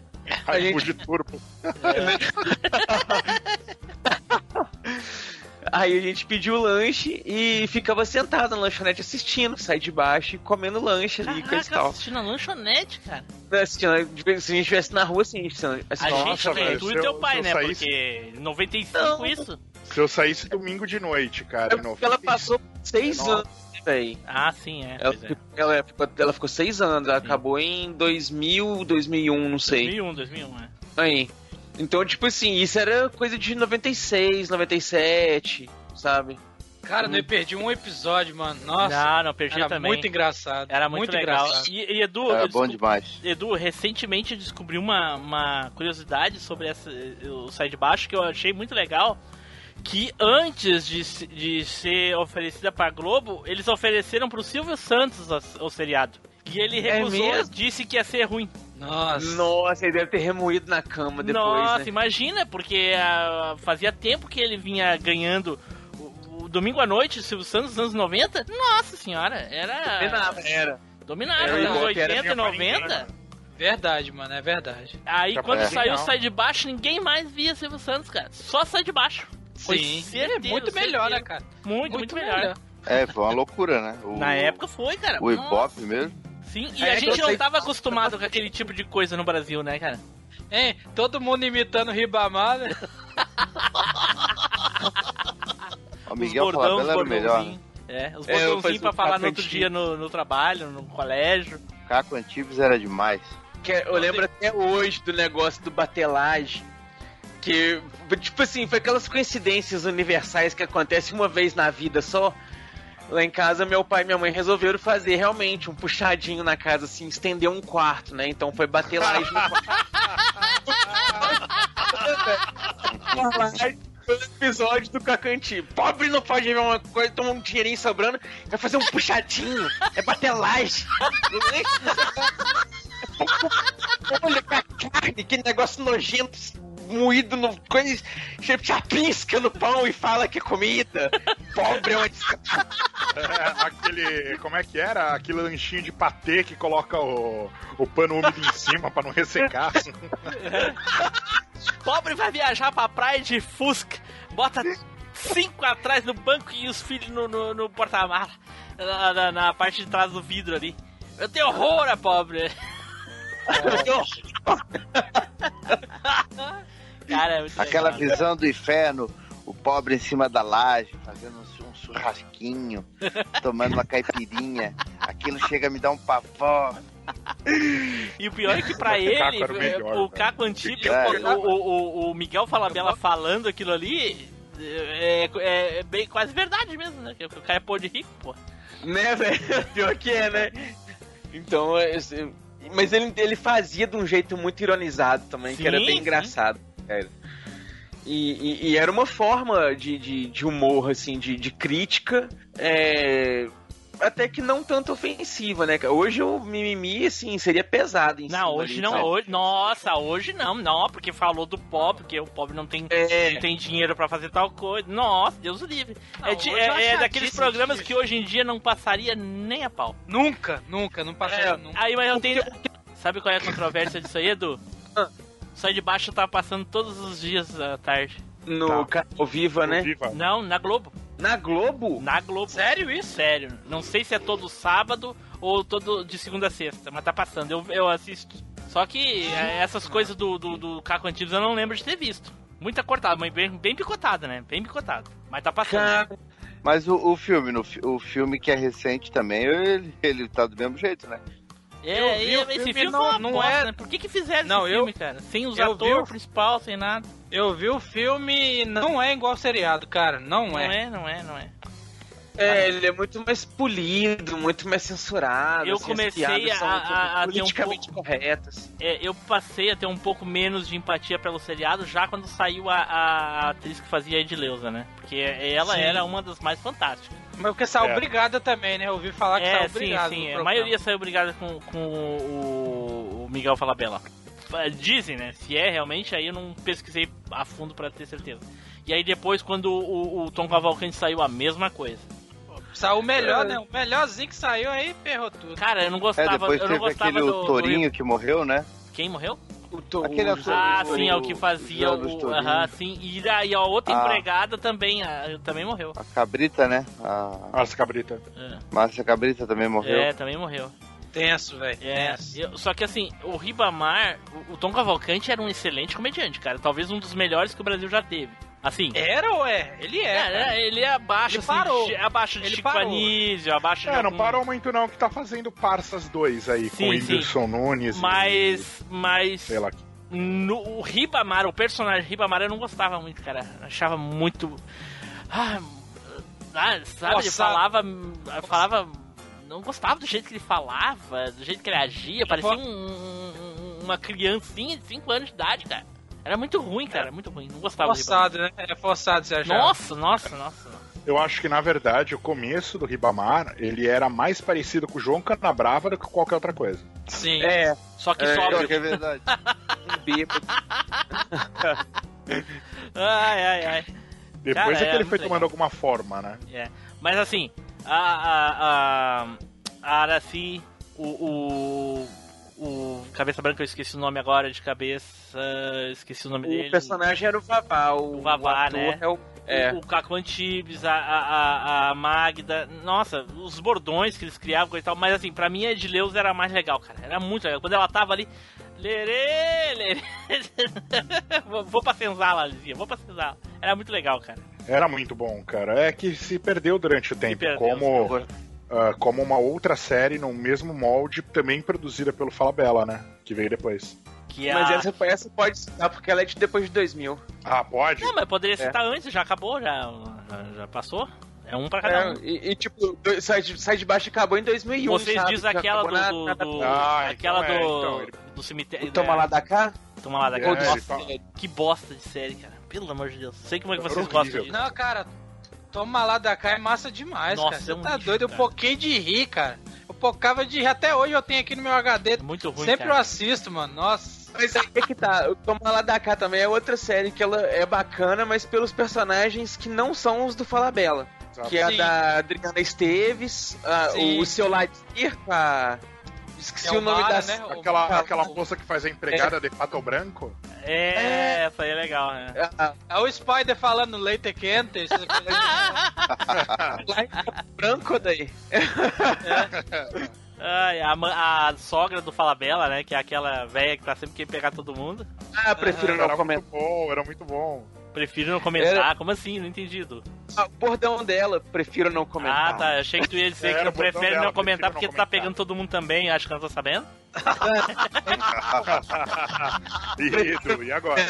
iFood Turbo. Aí a gente pediu o lanche e ficava sentado na lanchonete assistindo, sai de baixo e comendo lanche ali e tal. Assistindo a lanchonete, cara? Assistindo, se a gente estivesse na rua, assim, tu e teu pai, né? Porque 95 isso. Se eu saísse domingo de noite, cara. Ela passou 6 anos, velho. Ah, sim, é. Ela ficou 6 anos, ela acabou em 2000, 2001, não sei. 2001, é. Aí. Então, tipo assim, isso era coisa de 96, 97, sabe? Cara, eu perdi um episódio, mano. Nossa. Não, perdi era também. Muito engraçado. Era muito legal. E Edu, bom demais. Edu, recentemente eu descobri uma curiosidade sobre o Sai de Baixo que eu achei muito legal. Que antes de ser oferecida pra Globo, eles ofereceram pro Silvio Santos o seriado. E ele recusou, disse que ia ser ruim. Nossa, ele deve ter remoído na cama depois, Nossa, né? imagina, porque fazia tempo que ele vinha ganhando o Domingo à Noite, Silvio Santos, nos anos 90. Nossa senhora, Dominava, nos anos 80 e 90. Verdade, mano, é verdade. Aí quando saiu o Sai de Baixo, ninguém mais via Silvio Santos, cara. Só Sai de Baixo. Sim, é muito melhor, né, cara? Muito melhor. Foi uma loucura, né? Na época foi, cara. O Ibope mesmo. Sim, e a gente não tava acostumado com aquele tipo de coisa no Brasil, né, cara? Todo mundo imitando o Ribamar, né? O Miguel Falabella era o melhor. Os botãozinhos pra falar no outro dia no trabalho, no colégio. Caco Antibes era demais. Eu lembro até hoje do negócio do batelagem. Que, tipo assim, foi aquelas coincidências universais que acontecem uma vez na vida só. Lá em casa, meu pai e minha mãe resolveram fazer realmente um puxadinho na casa, assim, estender um quarto, né? Então foi batelagem no quarto. Episódio do Cacanti. Pobre não pode ver uma coisa, toma um dinheirinho sobrando, vai fazer um puxadinho. É batelagem. Olha com a carne, que negócio nojento, moído no coisa, chapisca no pão e fala que é comida. Pobre é uma desgraça. Como é que era? Aquele lanchinho de patê que coloca o pano úmido em cima pra não ressecar. Pobre vai viajar pra praia de Fusca, bota 5 atrás no banco e os filhos no porta-mala, na parte de trás do vidro ali. Eu tenho horror a pobre. Cara, aquela visão do inferno, o pobre em cima da laje, fazendo um churrasquinho, tomando uma caipirinha. Aquilo chega a me dar um pavor. E o pior é que pra ele, o Caco Antibes, o Miguel Falabella falando aquilo ali, é bem, quase verdade mesmo, né? O cara é pô de rico, pô. Né, velho? Pior que é, né? Então, mas ele fazia de um jeito muito ironizado também, que era bem engraçado, cara. E era uma forma de humor, assim, de crítica, até que não tanto ofensiva, né? Hoje o mimimi, assim, seria pesado em cima. Não, hoje não. Hoje não, porque falou do pobre, porque o pobre não tem dinheiro pra fazer tal coisa. Nossa, Deus o livre. É daqueles programas que hoje em dia não passaria nem a pau. Nunca, não passaria nunca. Aí, mas eu tenho... Sabe qual é a controvérsia disso aí, Edu? Sai de Baixo tá passando todos os dias à tarde. No canal Viva, né? Não, na Globo. Na Globo? Na Globo. Sério isso? Sério. Não sei se é todo sábado ou todo de segunda a sexta, mas tá passando. Eu assisto. Só que essas coisas do Caco Antibes eu não lembro de ter visto. Muita cortada, mas bem picotada, né? Bem picotada. Mas tá passando. Mas o filme que é recente também, ele tá do mesmo jeito, né? Esse filme não bosta, né? Por que fizeram esse filme, cara? Sem os atores principal, sem nada. Eu vi o filme e não é igual ao seriado, cara. Não é. Não é. Ele é muito mais polido, muito mais censurado. Eu comecei a ter politicamente corretas. Eu passei a ter um pouco menos de empatia pelo seriado já quando saiu a atriz que fazia a Edileuza, né? Porque ela era uma das mais fantásticas. Mas porque saiu obrigada também, né? Eu ouvi falar que saiu obrigada. Sim. A maioria saiu obrigada com o Miguel Falabella. Dizem, né? Se é realmente, aí eu não pesquisei a fundo pra ter certeza. E aí depois, quando o Tom Cavalcante saiu, a mesma coisa. Saiu o melhor, né? O melhorzinho que saiu aí, ferrou tudo. Cara, eu não gostava. Depois eu teve não gostava aquele Torinho que morreu, né? Quem morreu? Aquele ator. Sim, é o que fazia o... sim. E a outra empregada também morreu. A Cabrita, né? Márcia Cabrita. Márcia Cabrita também morreu. Também morreu. Tenso, velho. Só que assim, o Ribamar, o Tom Cavalcante era um excelente comediante, cara. Talvez um dos melhores que o Brasil já teve. Assim. Era ou é? Ele é. Ele é abaixo, ele parou. Abaixo de Chico Anísio, abaixo de. Não parou muito, não, que tá fazendo Parsas 2 aí, com o Whindersson Nunes. Mas. Sei lá. O Ribamar, o personagem Ribamar, eu não gostava muito, cara. Achava muito. Sabe? Ele falava. Não gostava do jeito que ele falava, do jeito que ele agia. Parecia uma criancinha de 5 anos de idade, cara. Era muito ruim, cara, muito ruim. Não gostava forçado, né? É forçado, você achava. Nossa. Eu acho que, na verdade, o começo do Ribamar, ele era mais parecido com o João Canabrava do que qualquer outra coisa. Sim. Só que só que é verdade. Ai. Depois cara, é que ele foi tomando alguma forma, né? Mas assim, a Araci, o Cabeça Branca, eu esqueci o nome agora de cabeça, esqueci o nome dele. O personagem era o Vavá, o Vavá, ator né? O Caco Antibes, a Magda, nossa, os bordões que eles criavam e tal, mas assim, pra mim a Edileus era mais legal, cara, era muito legal, quando ela tava ali, lerê, vou pra senzala, ela dizia, era muito legal, cara. Era muito bom, cara, é que se perdeu durante o tempo, como uma outra série no mesmo molde, também produzida pelo Falabella, né, que veio depois. Mas essa pode citar, porque ela é de depois de 2000. Ah, pode? Não, mas poderia citar antes, já acabou, já passou. É um pra cada um. E tipo, Sai de Baixo acabou em 2001, vocês dizem aquela do cemitério. Toma lá da cá? Toma lá da cá. Que bosta de série, cara. Pelo amor de Deus. Sei como é que vocês gostam disso. Não, cara, Toma lá da cá é massa demais, cara. Você tá doido? Eu poquei de rir, cara. Eu pocava de rir. Até hoje eu tenho aqui no meu HD. Muito ruim, sempre cara. Eu assisto, mano. Nossa. Mas aí é que tá, o Toma Lá da Cá também é outra série que ela é bacana, mas pelos personagens que não são os do Falabella. Que é a da Adriana Esteves, o seu Ladir, esqueci o nome da... Né? Aquela moça que faz a empregada de Pato Branco. Essa aí é legal, né? É o Spider falando leite quente. Branco daí. A sogra do Falabella, né? Que é aquela velha que tá sempre querendo pegar todo mundo. Prefiro não comentar. Era muito bom. Prefiro não comentar? Como assim? Não entendi. O bordão dela, prefiro não comentar. Tá. Achei que tu ia dizer que tu prefere não comentar porque tu tá pegando todo mundo também. Acho que eu não tô sabendo. E agora?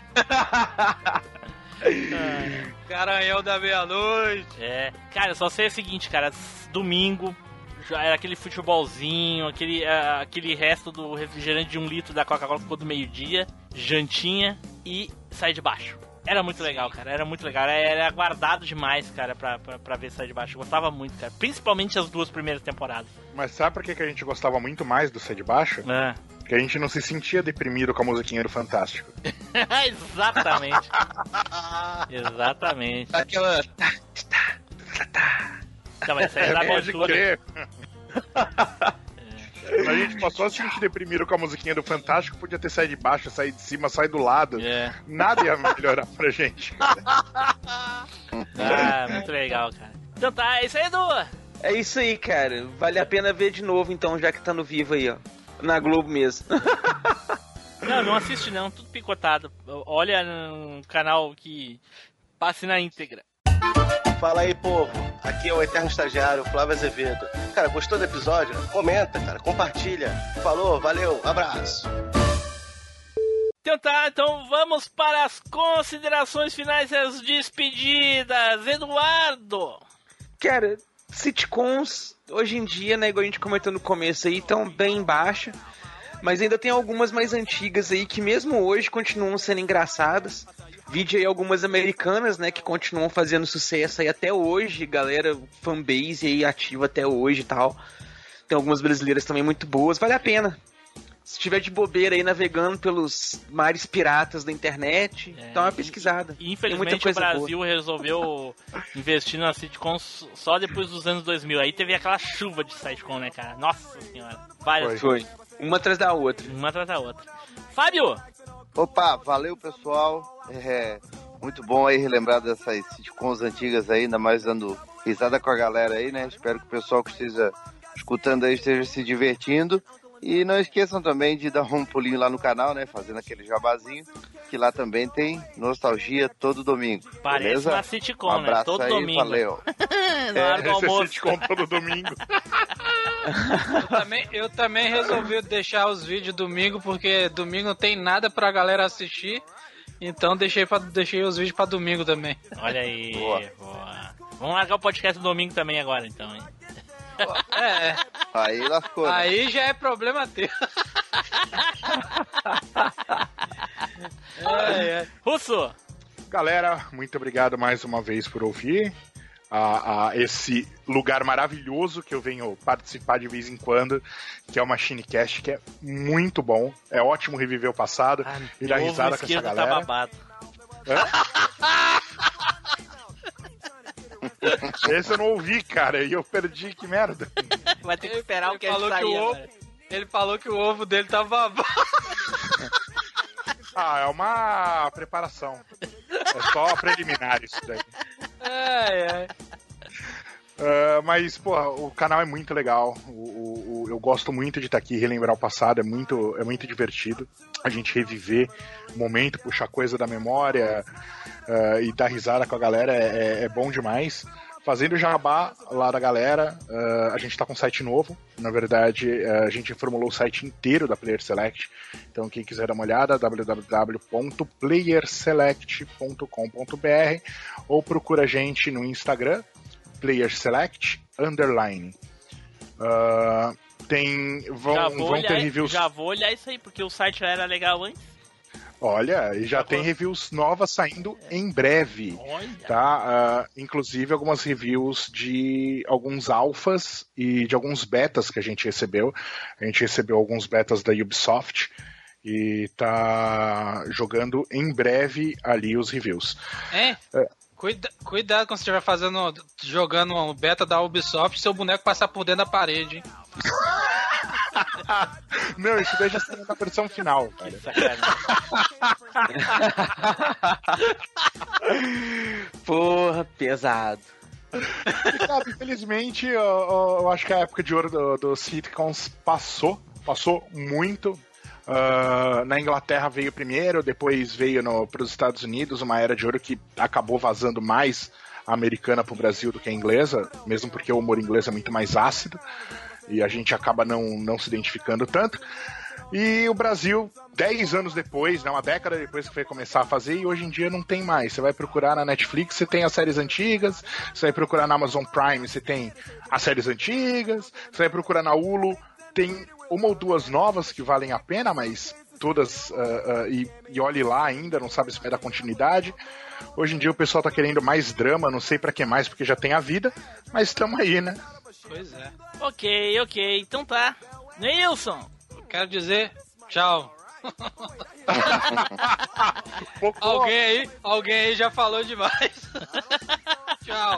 Garanhão da meia-noite. Cara, eu só sei o seguinte, cara. Domingo, já era aquele futebolzinho, aquele resto do refrigerante de 1 litro da Coca-Cola ficou do meio-dia, jantinha e Sai de Baixo. Era muito legal, cara, era muito legal. Era aguardado demais, cara, pra ver Sai de Baixo. Eu gostava muito, cara, principalmente as 2 primeiras temporadas. Mas sabe por que a gente gostava muito mais do Sai de Baixo? Porque a gente não se sentia deprimido com a musiquinha do Fantástico. Exatamente. Exatamente. Aquela... Não, mas essa é da abertura. A gente passou a se sentir deprimido com a musiquinha do Fantástico, podia ter saído de baixo, saído de cima, saído do lado. Nada ia melhorar pra gente. Muito legal, cara. Então tá, é isso aí, Edu. É isso aí, cara. Vale a pena ver de novo, então, já que tá no Vivo aí, ó. Na Globo mesmo. Não assiste não, tudo picotado. Olha no canal que passe na íntegra. Fala aí, povo. Aqui é o Eterno Estagiário, Flávio Azevedo. Cara, gostou do episódio? Comenta, cara. Compartilha. Falou, valeu, abraço. Então tá, então vamos para as considerações finais e as despedidas. Eduardo! Cara, sitcoms, hoje em dia, né, igual a gente comentou no começo aí, estão bem em baixa. Mas ainda tem algumas mais antigas aí que mesmo hoje continuam sendo engraçadas. Vide aí algumas americanas, né, que continuam fazendo sucesso aí até hoje, galera, fanbase aí ativa até hoje e tal. Tem algumas brasileiras também muito boas, vale a pena. Se tiver de bobeira aí navegando pelos mares piratas da internet, dá uma pesquisada. Infelizmente o Brasil resolveu investir na sitcom só depois dos anos 2000. Aí teve aquela chuva de sitcom, né, cara? Nossa senhora. Foi. Uma atrás da outra. Fábio! Opa, valeu, pessoal. Muito bom aí relembrar dessas sitcoms antigas aí, ainda mais dando risada com a galera aí, né? Espero que o pessoal que esteja escutando aí esteja se divertindo. E não esqueçam também de dar um pulinho lá no canal, né? Fazendo aquele jabazinho, que lá também tem nostalgia todo domingo. Parece beleza? uma sitcom, um abraço né? Todo aí, domingo. Valeu. Na hora do almoço. Sitcom todo domingo. Eu também resolvi deixar os vídeos domingo, porque domingo não tem nada pra galera assistir. Então deixei os vídeos pra domingo também. Olha aí, boa. Vamos largar o podcast do domingo também agora, então, hein? Aí lascou. Né? Aí já é problema teu. Russo! Galera, muito obrigado mais uma vez por ouvir a esse lugar maravilhoso que eu venho participar de vez em quando, que é o MachineCast, que é muito bom. É ótimo reviver o passado e dar risada com essa galera. Tá babado. Esse eu não ouvi, cara, e eu perdi, que merda. Vai ter que esperar o que ele sair. Ele falou que o ovo dele tá babado. É uma preparação. É só preliminar isso daí. Mas, porra, o canal é muito legal. Eu gosto muito de estar aqui, relembrar o passado, é muito divertido. A gente reviver o momento, puxar coisa da memória e dar risada com a galera é bom demais. Fazendo jabá lá da galera, a gente tá com um site novo. Na verdade, a gente reformulou o site inteiro da Player Select. Então, quem quiser dar uma olhada, www.playerselect.com.br ou procura a gente no Instagram, PlayerSelect_. Vão ter reviews. Já vou olhar isso aí, porque o site já era legal antes. Olha, e já tem reviews novas saindo em breve. Olha. Tá? Inclusive algumas reviews de alguns alphas e de alguns betas que a gente recebeu. A gente recebeu alguns betas da Ubisoft e tá jogando em breve ali os reviews. Cuidado quando você estiver jogando um beta da Ubisoft, seu boneco passar por dentro da parede, hein? Não, isso daí já está na versão final, cara. Porra, pesado. E, cara, infelizmente, eu acho que a época de ouro dos sitcoms passou muito. Na Inglaterra veio primeiro, depois veio para os Estados Unidos, uma era de ouro que acabou vazando mais a americana pro Brasil do que a inglesa, mesmo porque o humor inglês é muito mais ácido e a gente acaba não se identificando tanto. E o Brasil, 10 anos depois, uma década depois que foi começar a fazer, e hoje em dia não tem mais. Você vai procurar na Netflix, você tem as séries antigas, você vai procurar na Amazon Prime, você tem as séries antigas, você vai procurar na Hulu, tem uma ou duas novas que valem a pena, mas todas, e olhe lá ainda, não sabe se vai dar continuidade. Hoje em dia o pessoal tá querendo mais drama, não sei pra que mais, porque já tem a vida, mas estamos aí, né? Pois é. Ok, então tá. Nilson! Quero dizer tchau. Alguém aí já falou demais. Tchau.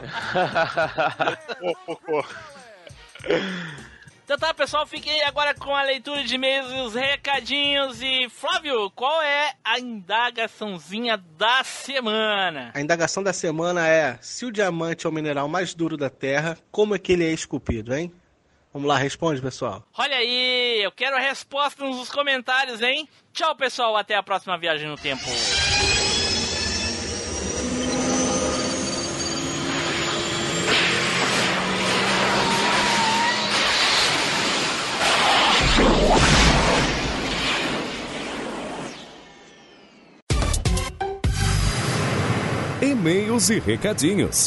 Então tá, pessoal, fiquem agora com a leitura de e-mails e os recadinhos. E Flávio, qual é a indagaçãozinha da semana? A indagação da semana é: se o diamante é o mineral mais duro da Terra, como é que ele é esculpido, hein? Vamos lá, responde, pessoal. Olha aí, eu quero a resposta nos comentários, hein? Tchau, pessoal, até a próxima viagem no tempo. E-mails e recadinhos.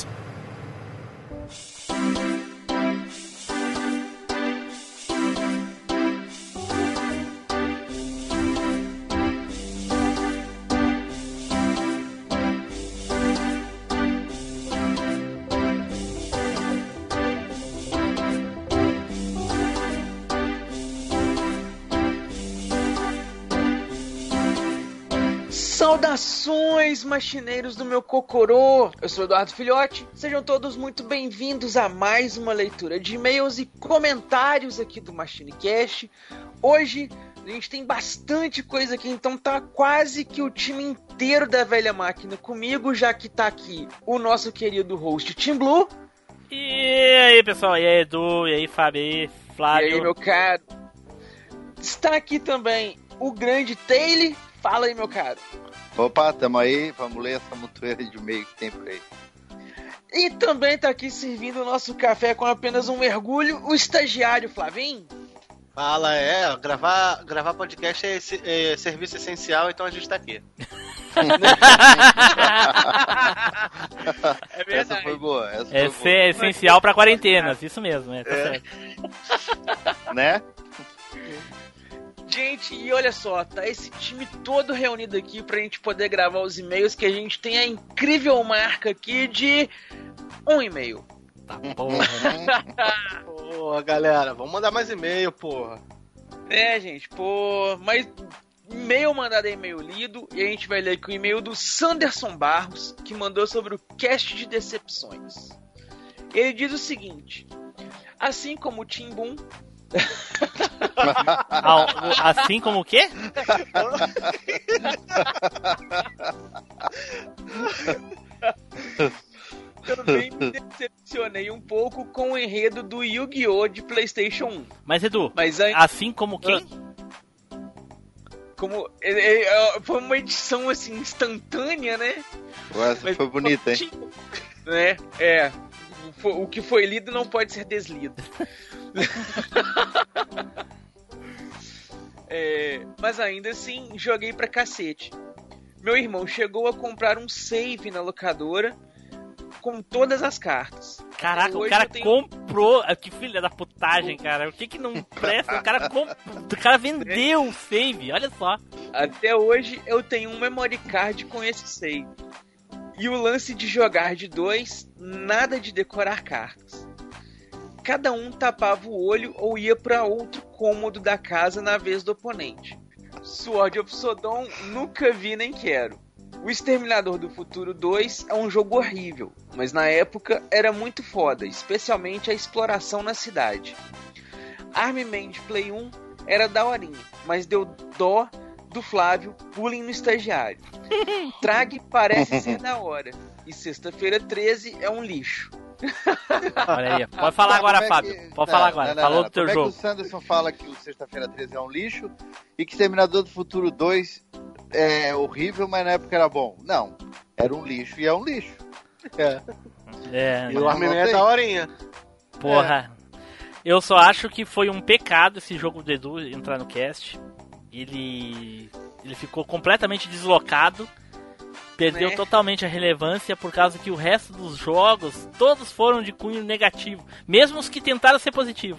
Saudações, machineiros do meu cocorô! Eu sou Eduardo Filhote, sejam todos muito bem-vindos a mais uma leitura de e-mails e comentários aqui do MachineCast. Hoje A gente tem bastante coisa aqui, então tá quase que o time inteiro da velha máquina comigo, já que tá aqui o nosso querido host Tim Blue. E aí, pessoal? E aí, Edu? E aí, Fabi? Flávio? E aí, meu caro? Está aqui também o grande Taylor. Fala aí, meu caro. Opa, tamo aí, vamos ler essa mutueira de e-mail que tem por aí. E também tá aqui servindo o nosso café com apenas um mergulho, o estagiário Flavinho. Fala, gravar podcast é serviço essencial, então a gente tá aqui. É verdade. Essa foi boa. É essencial pra quarentenas, isso mesmo, tá certo. Né? Gente, e olha só, tá esse time todo reunido aqui pra gente poder gravar os e-mails, que a gente tem a incrível marca aqui de um e-mail. Tá porra. Porra, galera, vamos mandar mais e-mail, porra. É, gente, mas e-mail mandado é e-mail lido, e a gente vai ler aqui o e-mail do Sanderson Barros, que mandou sobre o cast de decepções. Ele diz o seguinte: assim como o Tim Boom... Assim como o quê? Também me decepcionei um pouco com o enredo do Yu-Gi-Oh! De PlayStation 1. Mas, Edu, assim como quem? Como foi uma edição assim instantânea, né? Essa foi bonita, hein? Né? O que foi lido não pode ser deslido. Mas ainda assim, joguei pra cacete. Meu irmão chegou a comprar um save na locadora com todas as cartas. Caraca, o cara comprou. Que filha da putagem, cara. O que não presta? O cara vendeu o save, olha só. Até hoje eu tenho um memory card com esse save. E o lance de jogar de 2, nada de decorar cartas. Cada um tapava o olho ou ia para outro cômodo da casa na vez do oponente. Sword of Sodom nunca vi nem quero. O Exterminador do Futuro 2 é um jogo horrível, mas na época era muito foda, especialmente a exploração na cidade. Army Man de Play 1 era daorinha, mas deu dó do Flávio bullying no estagiário. Trag parece ser da hora, e Sexta-feira 13 é um lixo. Olha aí, pode falar agora, Fábio. Pode falar agora. Falou do teu jogo. Como é que o Sanderson fala que o Sexta-feira 13 é um lixo e que Exterminador do Futuro 2 é horrível, mas na época era bom? Não, era um lixo e é um lixo. E o Armin é da horinha. Porra. Eu só acho que foi um pecado esse jogo do Edu entrar no cast. Ele ficou completamente deslocado. Perdeu totalmente a relevância por causa que o resto dos jogos, todos foram de cunho negativo. Mesmo os que tentaram ser positivo.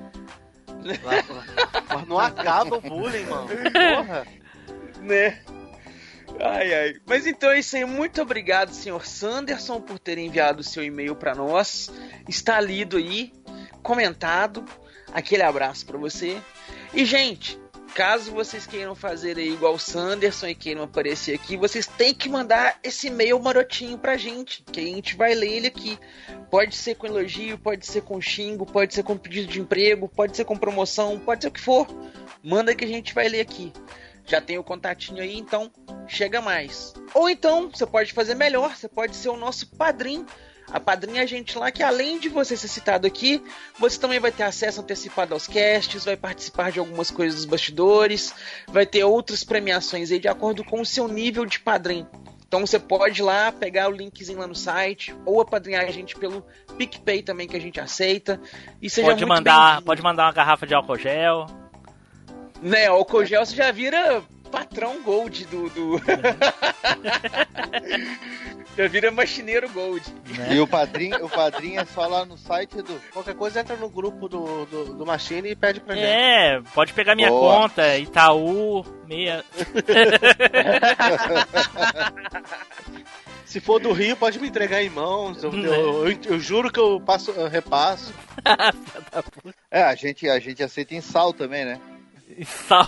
Mas não acaba o bullying, mano. Porra. Né? Ai. Mas então é isso aí. Muito obrigado, senhor Sanderson, por ter enviado o seu e-mail para nós. Está lido aí, comentado. Aquele abraço para você. E, gente, caso vocês queiram fazer aí igual o Sanderson e queiram aparecer aqui, vocês têm que mandar esse e-mail marotinho pra gente, que a gente vai ler ele aqui. Pode ser com elogio, pode ser com xingo, pode ser com pedido de emprego, pode ser com promoção, pode ser o que for. Manda que a gente vai ler aqui. Já tem o contatinho aí, então chega mais. Ou então, você pode fazer melhor, você pode ser o nosso padrinho. Apadrinha a gente lá, que além de você ser citado aqui, você também vai ter acesso antecipado aos casts, vai participar de algumas coisas dos bastidores, vai ter outras premiações aí de acordo com o seu nível de padrinho. Então você pode ir lá, pegar o linkzinho lá no site, ou apadrinhar a gente pelo PicPay também, que a gente aceita. E seja pode muito pode mandar uma garrafa de álcool gel. Né, álcool gel você já vira patrão Gold do... Já vira machineiro Gold. Né? E o padrinho é só lá no site do... Qualquer coisa entra no grupo do Machine e pede pra gente. Pode pegar minha conta, Itaú, meia... Se for do Rio, pode me entregar em mãos. Eu juro que eu repasso. A gente aceita em sal também, né? Sal.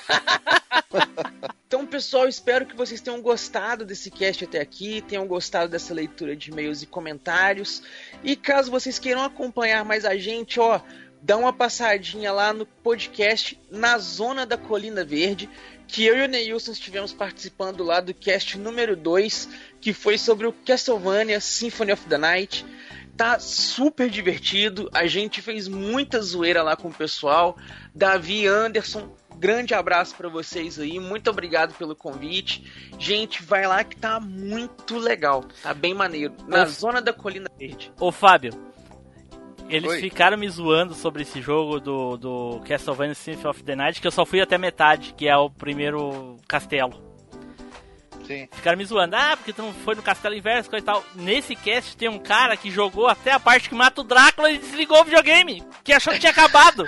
Então, pessoal, espero que vocês tenham gostado desse cast até aqui, tenham gostado dessa leitura de e-mails e comentários. E caso vocês queiram acompanhar mais a gente, dá uma passadinha lá no podcast Na Zona da Colina Verde, que eu e o Neilson estivemos participando lá do cast número 2, que foi sobre o Castlevania Symphony of the Night. Tá super divertido, a gente fez muita zoeira lá com o pessoal. Davi, Anderson, grande abraço pra vocês aí, muito obrigado pelo convite. Gente, vai lá que tá muito legal, tá bem maneiro, na Zona da Colina Verde. Ô Fábio, eles ficaram me zoando sobre esse jogo do Castlevania Symphony of the Night, que eu só fui até metade, que é o primeiro castelo. Sim. Ficaram me zoando, porque tu não foi no Castelo Inverso, coisa e tal. Nesse cast tem um cara que jogou até a parte que mata o Drácula e desligou o videogame, que achou que tinha acabado.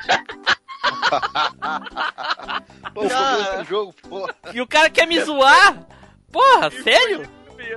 Pô, esse jogo, porra. E o cara quer me zoar? Porra, sério?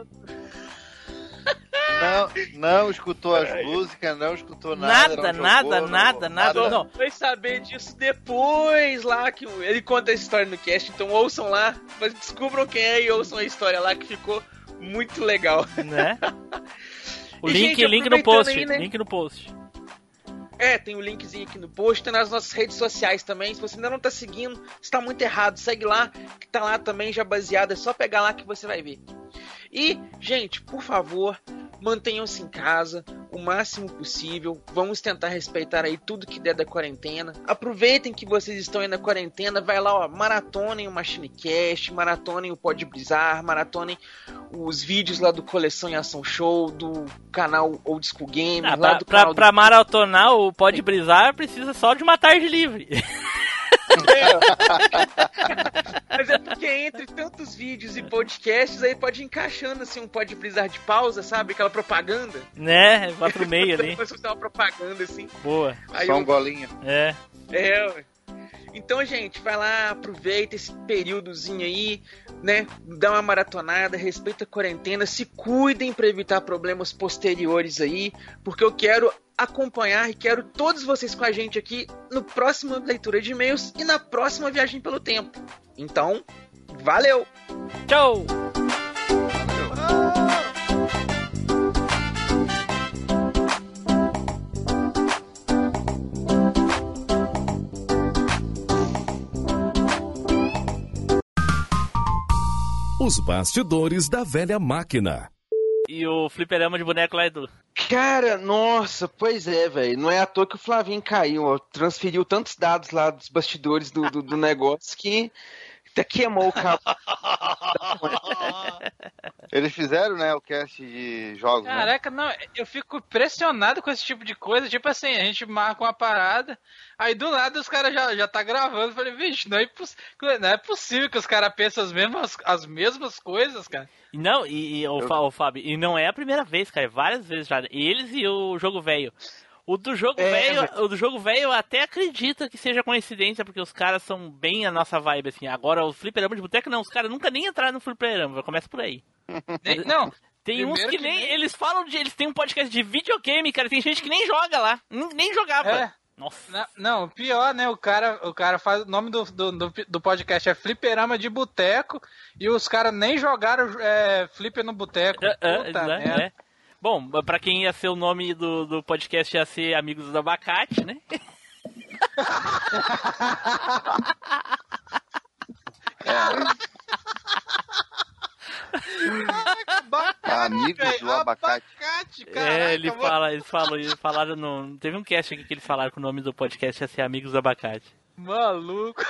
Não escutou as músicas, não escutou nada. Nada. Não. Vai saber disso depois lá, que ele conta essa história no cast, então ouçam lá, mas descubram quem é e ouçam a história lá, que ficou muito legal. Né? O link no post, aí, né? Link no post. Tem um linkzinho aqui no post, tem nas nossas redes sociais também. Se você ainda não tá seguindo, está muito errado. Segue lá, que tá lá também já baseado. É só pegar lá que você vai ver. E, gente, por favor, mantenham-se em casa o máximo possível. Vamos tentar respeitar aí tudo que der da quarentena. Aproveitem que vocês estão aí na quarentena. Vai lá, maratonem o MachineCast, maratonem o Pode Brisar, maratonem os vídeos lá do Coleção em Ação Show, do canal Old School Games. Pra maratonar o Pode Brisar, precisa só de uma tarde livre. Mas é porque entre tantos vídeos e podcasts aí pode ir encaixando assim um Pode Brisar de pausa, sabe? Aquela propaganda. Né? Vai pro meio ali. Depois você uma propaganda assim. Boa. Aí só um golinho. Ué. Então, gente, vai lá, aproveita esse períodozinho aí, né? Dá uma maratonada, respeita a quarentena, se cuidem para evitar problemas posteriores aí, porque eu quero acompanhar e quero todos vocês com a gente aqui no próximo leitura de e-mails e na próxima viagem pelo tempo. Então, valeu! Tchau! Os bastidores da velha máquina. E o fliperama de boneco lá, Edu? Cara, nossa, pois é, velho. Não é à toa que o Flavinho caiu, ó. Transferiu tantos dados lá dos bastidores do negócio que até queimou o cabo. Eles fizeram, né, o cast de jogos. Caraca, né? Não, eu fico impressionado com esse tipo de coisa. Tipo assim, a gente marca uma parada, aí do lado os caras já tá gravando. Eu falei, vixe, não é possível que os caras pensem as mesmas coisas, cara. Não, o Fábio, e não é a primeira vez, cara, várias vezes já. Eles e o Jogo Velho. O do jogo velho eu até acredito que seja coincidência, porque os caras são bem a nossa vibe, assim. Agora, o fliperama de boteco, não, os caras nunca nem entraram no fliperama, começa por aí. Não. Tem uns que nem. Eles falam de. Eles têm um podcast de videogame, cara. Tem gente que nem joga lá. Nem jogava. Nossa. Não, pior, né? O cara faz. O nome do podcast é Fliperama de Boteco. E os caras nem jogaram Flipper no Boteco. Puta merda. Bom, pra quem ia ser o nome do podcast ia ser Amigos do Abacate, né? Amigos do Abacate. Caraca, eles falaram no... Teve um cast aqui que eles falaram que o nome do podcast ia ser Amigos do Abacate. Maluco.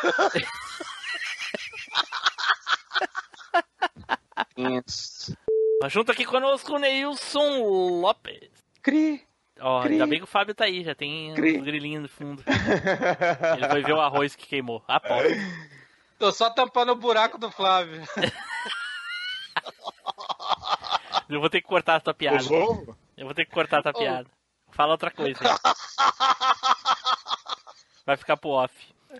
Junto aqui conosco o Neilson Lopes. Ainda bem que o Fábio tá aí, já tem uns grilinhos no fundo. Ele foi ver o arroz que queimou. Aposto. Tô só tampando o buraco do Flávio. Eu vou ter que cortar a tua piada. Fala outra coisa aí. Vai ficar pro off.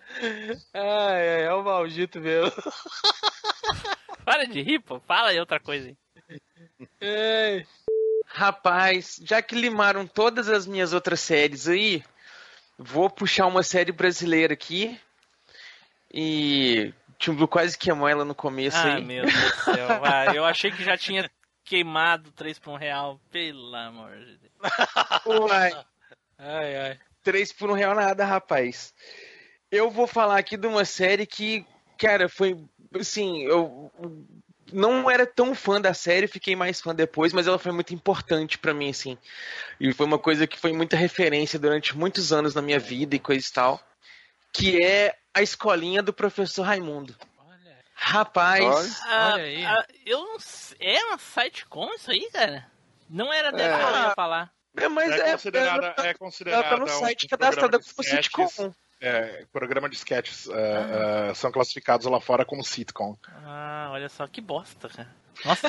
É o maldito mesmo. Para de rir, pô. Fala aí outra coisa aí. Rapaz, já que limaram todas as minhas outras séries aí, vou puxar uma série brasileira aqui. E o Team Blue quase queimou ela no começo aí. Meu Deus do céu. Eu achei que já tinha queimado 3 por R$1. Pelo amor de Deus. Uai. Ai. 3 por R$1 nada, rapaz. Eu vou falar aqui de uma série que, cara, foi, assim, eu não era tão fã da série, fiquei mais fã depois, mas ela foi muito importante pra mim, assim. E foi uma coisa que foi muita referência durante muitos anos na minha vida e coisa e tal, que é A Escolinha do Professor Raimundo. Rapaz, olha aí. Eu não sei, é uma sitcom isso aí, cara? Não era dessa que eu ia falar. Mas é considerada ela tá no site cadastrada como sitcom. Programa de sketches são classificados lá fora como sitcom. Olha só, que bosta, cara. Nossa.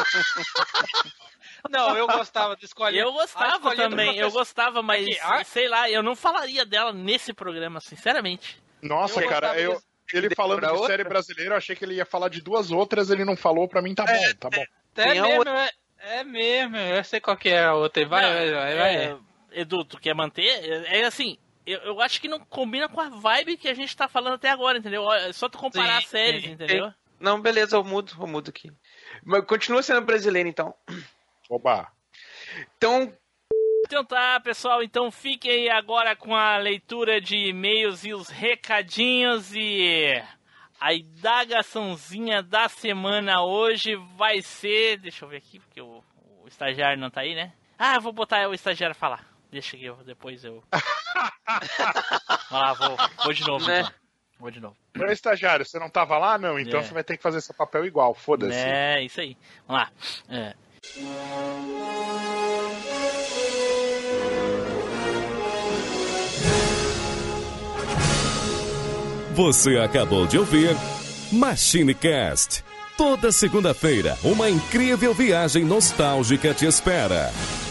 Não, eu gostava da Escolinha. Eu gostava também, eu gostava, mas sei lá, eu não falaria dela nesse programa, sinceramente. Nossa, cara, ele falando de série brasileira, eu achei que ele ia falar de 2 outras, ele não falou, pra mim tá bom, tá bom. É mesmo, eu sei qual que é a outra. Vai. Edu, tu quer manter? É assim, eu acho que não combina com a vibe que a gente tá falando até agora, entendeu? É só tu comparar as séries, entendeu? Não, beleza, eu mudo aqui. Mas continua sendo brasileiro, então. Oba! Então tá, pessoal, então fiquem aí agora com a leitura de e-mails e os recadinhos e a indagaçãozinha da semana hoje vai ser... Deixa eu ver aqui, porque o estagiário não tá aí, né? Eu vou botar o estagiário falar. Deixa que depois eu... Vamos lá, vou de novo, né? Então. Vou de novo. Ô, estagiário, você não tava lá, não? Então você vai ter que fazer esse papel igual, foda-se. É, isso aí. Vamos lá. Você acabou de ouvir MachineCast. Toda segunda-feira, uma incrível viagem nostálgica te espera.